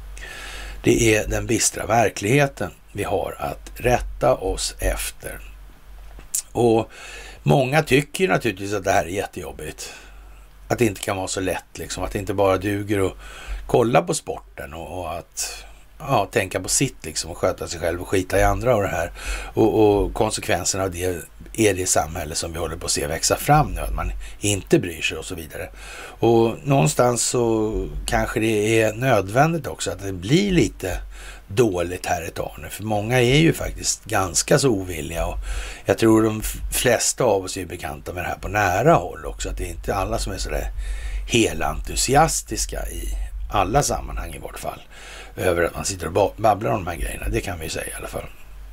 Det är den bistra verkligheten vi har att rätta oss efter. Och många tycker naturligtvis att det här är jättejobbigt. Att det inte kan vara så lätt liksom, att det inte bara duger att kolla på sporten och att tänka på sitt liksom och sköta sig själv och skita i andra och det här. Och konsekvenserna av det är det samhälle som vi håller på att se växa fram nu, att man inte bryr sig och så vidare. Och någonstans så kanske det är nödvändigt också att det blir lite dåligt här ett tag nu, för många är ju faktiskt ganska så ovilliga och jag tror de flesta av oss är bekanta med det här på nära håll också, att det är inte alla som är sådär hela entusiastiska i alla sammanhang i vårt fall över att man sitter och babblar om de här grejerna, det kan vi säga i alla fall.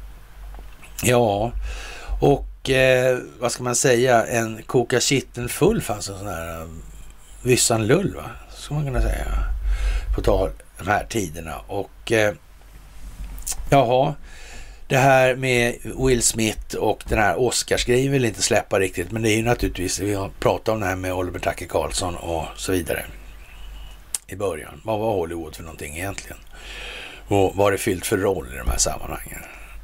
Ja, och vad ska man säga, en koka kitten full fanns en sån här vyssan lull, va? Så man kunna säga, på tal de här tiderna. Och jaha, det här med Will Smith och den här Oscarsgrejen vill inte släppa riktigt, men det är ju naturligtvis, vi har pratat om det här med Oliver Tucker Carlson och så vidare i början. Vad var Hollywood för någonting egentligen? Och vad det fyllt för roll i de här sammanhangen?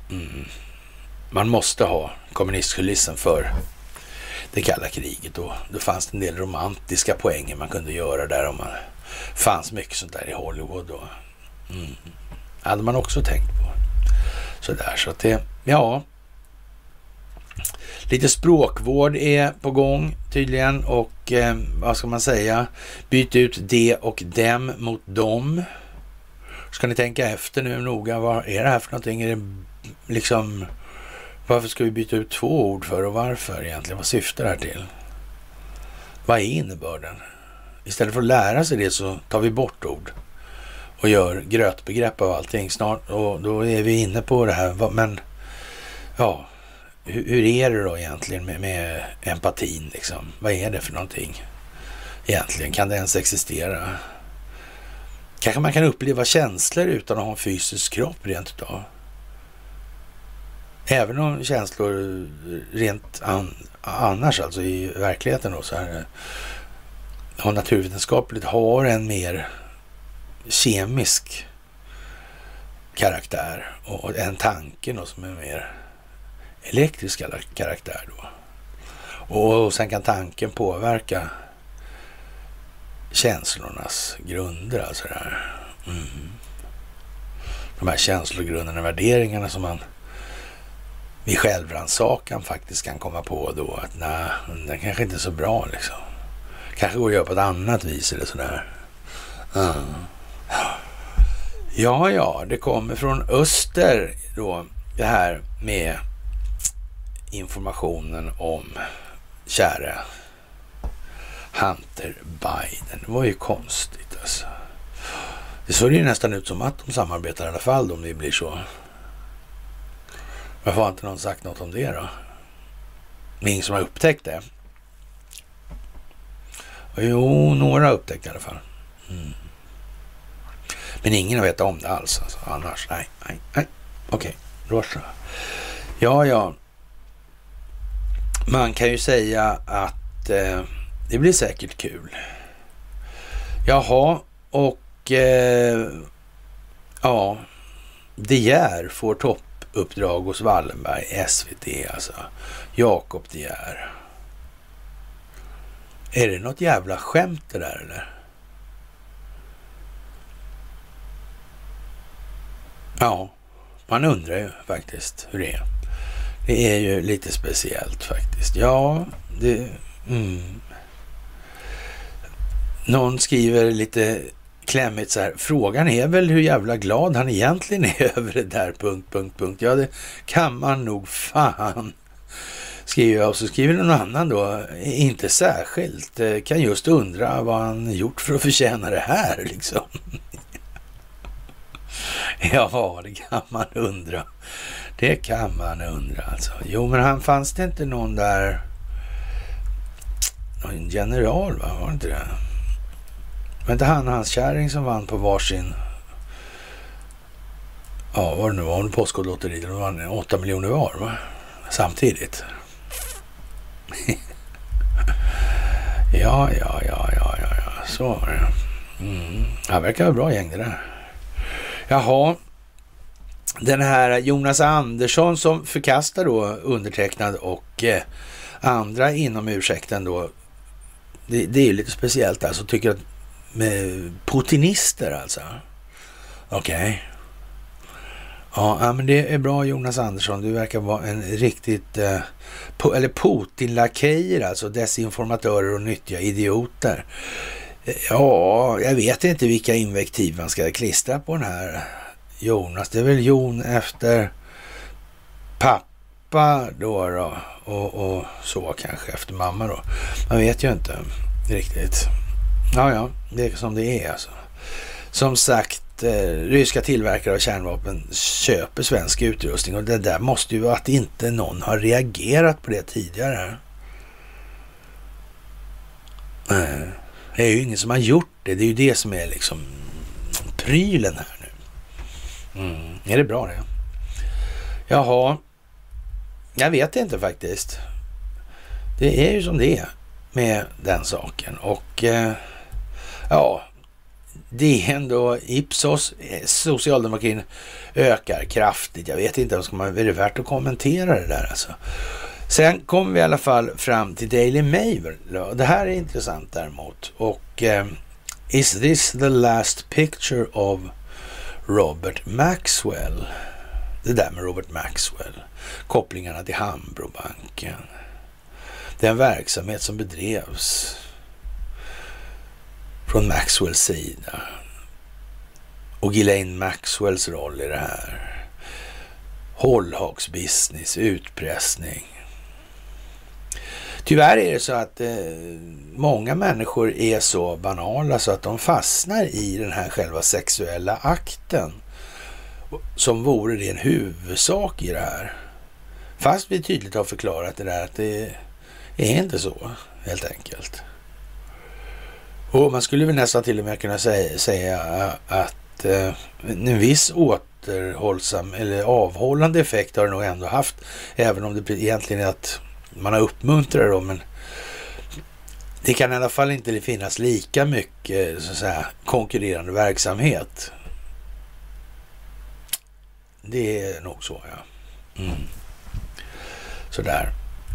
Man måste ha kommunistkulissen för det kalla kriget, och då fanns det en del romantiska poänger man kunde göra där, om man fanns mycket sånt där i Hollywood och hade man också tänkt på. Sådär, så att det, ja, lite språkvård är på gång tydligen, och vad ska man säga, byt ut det och dem mot dem. Ska ni tänka efter nu noga, vad är det här för någonting? Är det liksom, varför ska vi byta ut två ord för, och varför egentligen? Vad syftar det här till? Vad är innebörden? Istället för att lära sig det så tar vi bort ord och gör grötbegrepp av allting snart, och då är vi inne på det här. Men ja, hur är det då egentligen med empatin liksom? Vad är det för någonting egentligen? Kan det ens existera? Kanske man kan uppleva känslor utan att ha en fysisk kropp rent utav. Även om känslor rent annars, alltså i verkligheten då, så här, har naturvetenskapligt har en mer kemisk karaktär och en tanke då, som är mer elektrisk karaktär då. Och sen kan tanken påverka känslornas grunder, alltså det här. De här känslogrunderna, värderingarna som man vid självrannsakan faktiskt kan komma på då, att nej, det kanske inte är så bra liksom. Kanske går att göra på ett annat vis eller sådär. Ja, det kommer från öster då, det här med informationen om kära Hunter Biden. Det var ju konstigt alltså. Det såg ju nästan ut som att de samarbetar i alla fall, om det blir så. Varför har inte någon sagt något om det då? Det är ingen som har upptäckt det. Jo, några har upptäckt i alla fall. Men ingen har vetat om det alls alltså. Annars, nej. Okej, då så. Ja. Man kan ju säga att det blir säkert kul. Jaha, och ja, De Geer får toppuppdrag hos Wallenberg, SVT alltså. Jakob De Geer. Är det något jävla skämt det där eller? Ja, man undrar ju faktiskt hur det är. Det är ju lite speciellt faktiskt. Ja, det... Någon skriver lite klämmigt så här. Frågan är väl hur jävla glad han egentligen är över det där... Ja, det kan man nog fan skriva. Och så skriver någon annan då. Inte särskilt. Kan just undra vad han gjort för att förtjäna det här liksom. Ja, det kan man undra. Det kan man undra alltså. Jo, men han fanns det inte någon där... En general, va? Var det inte det? Men inte han och hans kärring som vann på varsin... Ja, vad det nu var. En postkodlotteri. De vann 8 miljoner var, va? Samtidigt. Ja. Så var det. Det verkar vara bra gäng det där. Jaha. Den här Jonas Andersson som förkastar då undertecknad och andra inom ursäkten då. Det är ju lite speciellt alltså. Tycker att med putinister alltså. Okej. Ja, men det är bra Jonas Andersson. Du verkar vara en riktigt eller Putin-lakejer alltså. Desinformatörer och nyttiga idioter. Ja, jag vet inte vilka invektiv man ska klistra på den här Jonas. Det är väl Jon efter pappa då och så kanske efter mamma då. Man vet ju inte riktigt. Ja, det är som det är alltså. Som sagt, ryska tillverkare av kärnvapen köper svensk utrustning och det där måste ju vara att inte någon har reagerat på det tidigare. Nej, det är ju ingen som har gjort det. Det är ju det som är liksom prylen här nu. Är det bra det? Jaha, jag vet inte faktiskt. Det är ju som det är med den saken. Och ja, det är ändå Ipsos, socialdemokratin ökar kraftigt. Jag vet inte, är det värt att kommentera det där alltså. Sen kommer vi i alla fall fram till Daily Mail. Det här är intressant däremot. Och is this the last picture of Robert Maxwell? Det där med Robert Maxwell. Kopplingarna till Hambrobanken. Den verksamhet som bedrevs från Maxwells sida. Och Ghislaine Maxwells roll i det här. Hållhaksbusiness, utpressning. Tyvärr är det så att många människor är så banala så att de fastnar i den här själva sexuella akten. Som vore det en huvudsak i det här. Fast vi tydligt har förklarat det där att det är inte så helt enkelt. Och man skulle väl nästan till och med kunna säga att en viss återhållsam eller avhållande effekt har det nog ändå haft. Även om det egentligen är att man har uppmuntrat dem. Men det kan i alla fall inte finnas lika mycket så att säga, konkurrerande verksamhet. Det är nog så, ja. Sådär.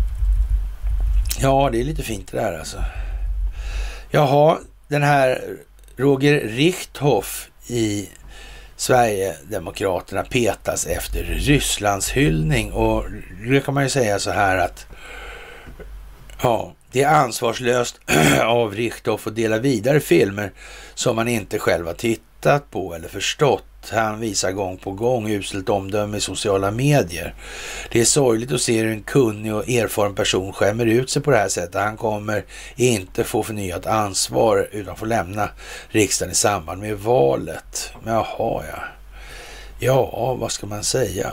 Ja, det är lite fint det där alltså. Jaha, den här Roger Richthoff i Sverigedemokraterna petas efter Rysslands hyllning. Och det kan man ju säga så här att ja, det är ansvarslöst av Richthoff att dela vidare filmer som man inte själv har tittat på eller förstått. Han visar gång på gång uselt omdöme i sociala medier. Det är sorgligt att se hur en kunnig och erfaren person skämmer ut sig på det här sättet. Han kommer inte få förnyat ansvar utan får lämna riksdagen i samband med valet. Men jaha, ja, vad ska man säga?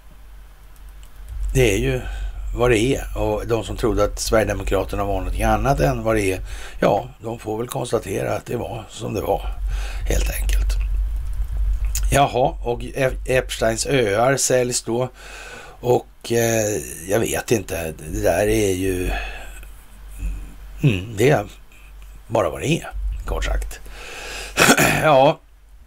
Det är ju vad det är. Och de som trodde att Sverigedemokraterna var något annat än vad det är, ja, de får väl konstatera att det var som det var, helt enkelt. Jaha, och Epsteins öar säljs då. Och jag vet inte, det där är ju det är bara vad det är, kort sagt. Ja,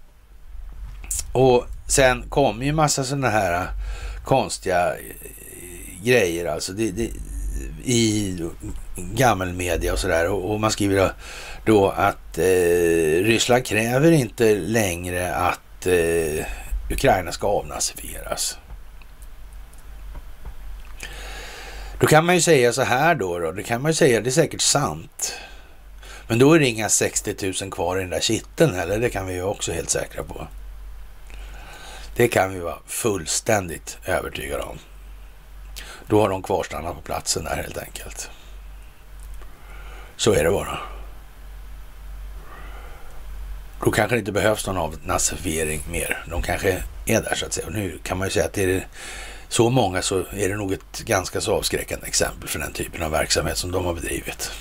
och sen kommer ju massa sådana här konstiga grejer alltså i gammelmedia och sådär, och man skriver då att Ryssland kräver inte längre att Ukraina ska avnazifieras. Då kan man ju säga så här då, det kan man ju säga, det är säkert sant. Men då är det inga 60 000 kvar i den där kitteln heller, det kan vi ju också helt säkra på. Det kan vi vara fullständigt övertygade om. Då har de kvarstannat på platsen där helt enkelt. Så är det bara. Då kanske det inte behövs någon avnazifiering mer. De kanske är där så att säga. Och nu kan man ju säga att det är så många, så är det nog ett ganska så avskräckande exempel för den typen av verksamhet som de har bedrivit.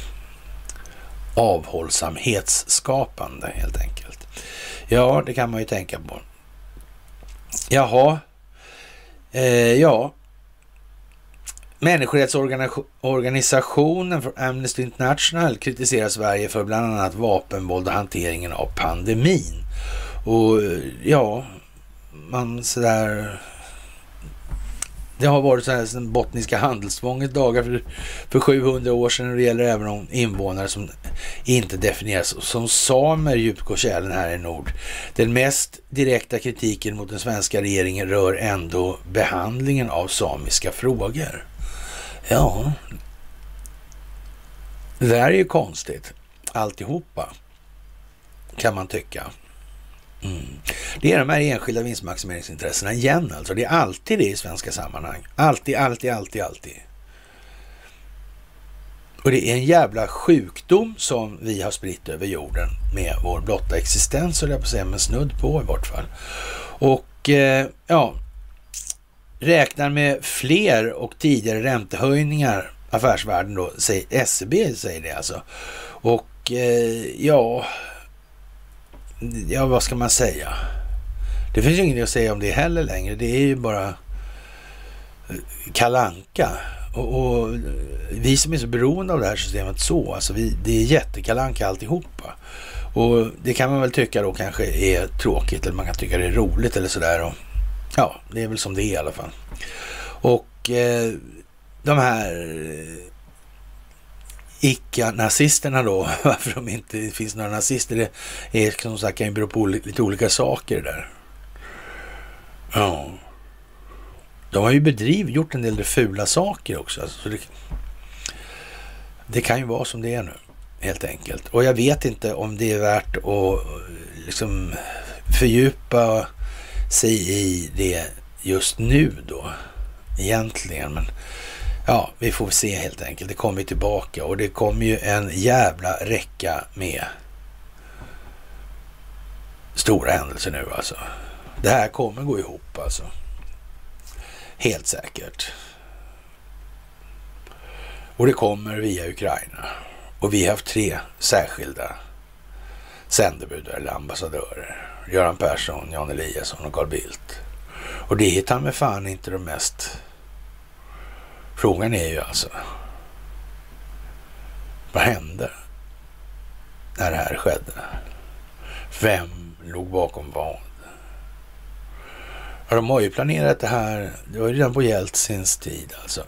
Avhållsamhetsskapande helt enkelt. Ja, det kan man ju tänka på. Jaha. Ja. Människorättsorganisationen för Amnesty International kritiserar Sverige för bland annat vapenvåld och hanteringen av pandemin. Och ja, man sådär... Det har varit så här sedan bottniska handelstvånget dagar för 700 år sedan, och det gäller även om invånare som inte definieras som samer djupt går kärlen här i nord. Den mest direkta kritiken mot den svenska regeringen rör ändå behandlingen av samiska frågor. Ja, det där är ju konstigt alltihopa, kan man tycka. Det är de här enskilda vinstmaximeringsintressena igen alltså. Det är alltid det i svenska sammanhang. Alltid. Och det är en jävla sjukdom som vi har spritt över jorden med vår blotta existens, och jag på säga med snudd på i vart fall. Och ja, räknar med fler och tidigare räntehöjningar, affärsvärlden då, SEB säger det alltså. Och ja, vad ska man säga? Det finns ju inget att säga om det heller längre. Det är ju bara kalanka. Och vi som är så beroende av det här systemet så, alltså det är jättekalanka alltihopa. Och det kan man väl tycka då kanske är tråkigt, eller man kan tycka det är roligt eller sådär. Och ja, det är väl som det är i alla fall. Och de här icke-nazisterna då, varför de inte finns några nazister, det är som sagt kan ju bero på lite olika saker där. Ja. De har ju gjort en del fula saker också. Alltså det kan ju vara som det är nu, helt enkelt. Och jag vet inte om det är värt att liksom fördjupa sig i det just nu då, egentligen. Men ja, vi får se helt enkelt. Det kommer tillbaka, och det kommer ju en jävla räcka med stora händelser nu alltså. Det här kommer gå ihop alltså. Helt säkert. Och det kommer via Ukraina. Och vi har haft 3 särskilda sändebud eller ambassadörer. Göran Persson, Jan Eliasson och Carl Bildt. Och det hittar med fan inte de mest. Frågan är ju alltså, vad hände när det här skedde? Vem låg bakom vad? Ja, de har ju planerat det här, det var ju redan på Jeltsins tid alltså.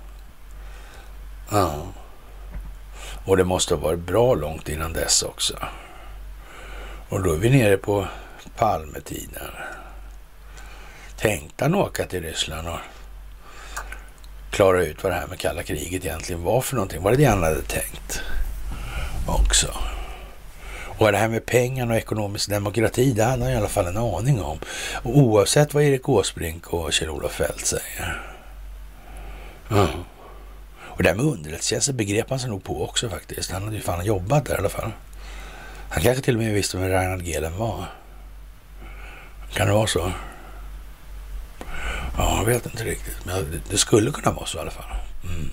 Ja. Och det måste ha varit bra långt innan dess också. Och då är vi nere på Palmetiden. Tänkte han åka till Ryssland och klara ut vad det här med kalla kriget egentligen var för någonting? Var det han hade tänkt också? Och det här med pengarna och ekonomisk demokrati, det hade han i alla fall en aning om. Och oavsett vad Erik Åsbrink och Kjell-Olof Feldt säger. Mm. Och det här med underrättelsetjänster begrep han sig nog på också faktiskt. Han hade ju fan jobbat där i alla fall. Han kanske till och med visste vem Reinhard Gehlen var. Kan det vara så? Ja, jag vet inte riktigt. Men det skulle kunna vara så i alla fall. Mm.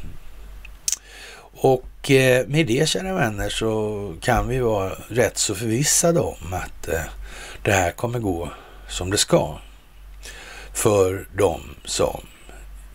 Och med det, kära vänner, så kan vi vara rätt så förvissade om att det här kommer gå som det ska. För de som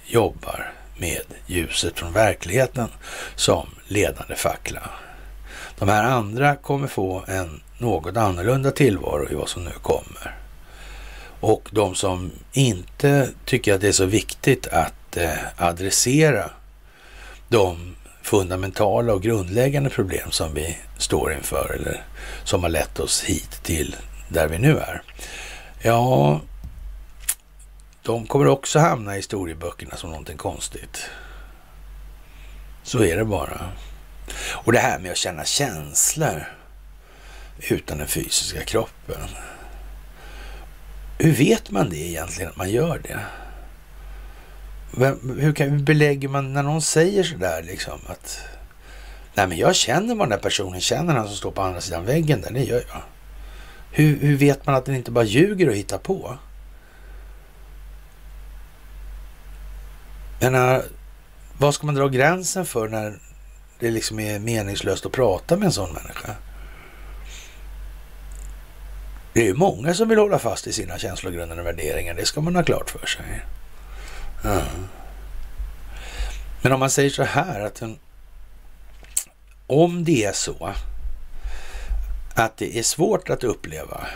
jobbar med ljuset från verkligheten som ledande fackla. De här andra kommer få en något annorlunda tillvaro i vad som nu kommer. Och de som inte tycker att det är så viktigt att adressera de fundamentala och grundläggande problem som vi står inför eller som har lett oss hit till där vi nu är. Ja, de kommer också hamna i historieböckerna som någonting konstigt. Så är det bara. Och det här med att känna känslor utan den fysiska kroppen. Hur vet man det egentligen att man gör det? Hur belägger man när någon säger sådär liksom att nej men jag känner vad den där personen känner, han som står på andra sidan väggen där, det gör jag. Hur vet man att den inte bara ljuger och hittar på? Men vad ska man dra gränsen för när det liksom är meningslöst att prata med en sån människa? Det är ju många som vill hålla fast i sina känslogrunder och värderingar. Det ska man ha klart för sig. Ja. Men om man säger så här att om det är så att det är svårt att uppleva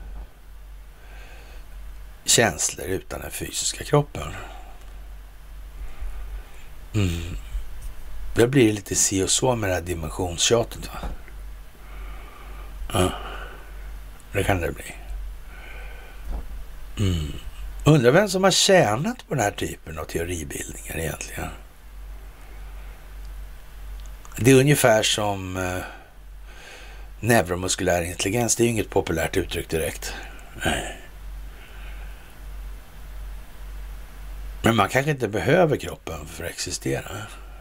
känslor utan den fysiska kroppen. Det blir lite si och så med det här dimensionstjatet, va? Ja. Det kan det bli. Undrar vem som har tjänat på den här typen av teoribildningar egentligen. Det är ungefär som neuromuskulär intelligens. Det är ju inget populärt uttryck direkt. Nej. Men man kanske inte behöver kroppen för att existera.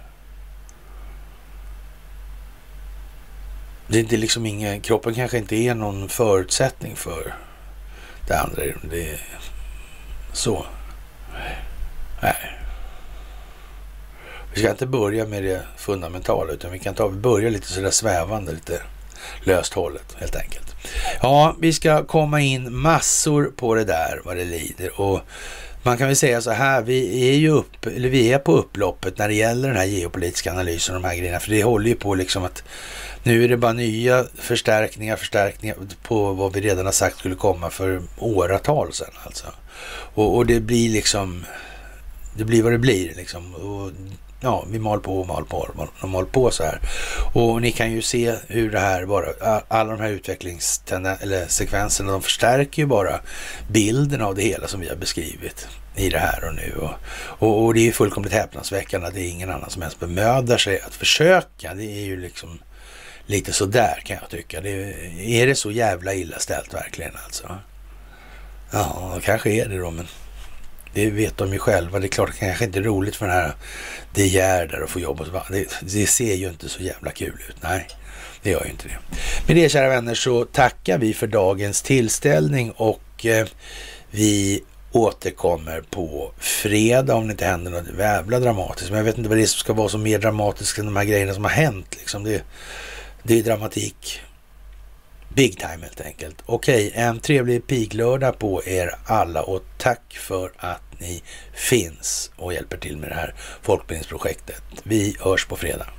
Det är inte liksom kroppen kanske inte är någon förutsättning för det andra. Det är så. Nej. Vi ska inte börja med det fundamentala, utan vi kan börja lite sådär svävande, lite löst hållet helt enkelt. Ja, vi ska komma in massor på det där vad det lider, och man kan väl säga så här, vi är på upploppet när det gäller den här geopolitiska analysen och de här grejerna, för det håller ju på liksom att nu är det bara nya förstärkningar på vad vi redan har sagt skulle komma för åratal sedan alltså. Och det blir liksom, det blir vad det blir liksom. Och ja, vi mal på så här. Och ni kan ju se hur det här bara, alla de här sekvenserna, de förstärker ju bara bilden av det hela som vi har beskrivit i det här och nu. Och det är ju fullkomligt häpnadsväckande att det är ingen annan som ens bemödar sig att försöka. Det är ju liksom lite så där kan jag tycka. Är det så jävla illa ställt verkligen alltså? Ja, kanske är det då, men det vet de ju själva. Det är klart, det kanske inte är roligt för den här De Geer där att få jobba. Det ser ju inte så jävla kul ut. Nej, det gör ju inte det. Med det, kära vänner, så tackar vi för dagens tillställning, och vi återkommer på fredag om det inte händer något jävla dramatiskt. Men jag vet inte vad det är som ska vara så mer dramatiskt än de här grejerna som har hänt. Liksom. Det är dramatik. Big time helt enkelt. Okej, en trevlig piglördag på er alla, och tack för att ni finns och hjälper till med det här folkbildningsprojektet. Vi hörs på fredag.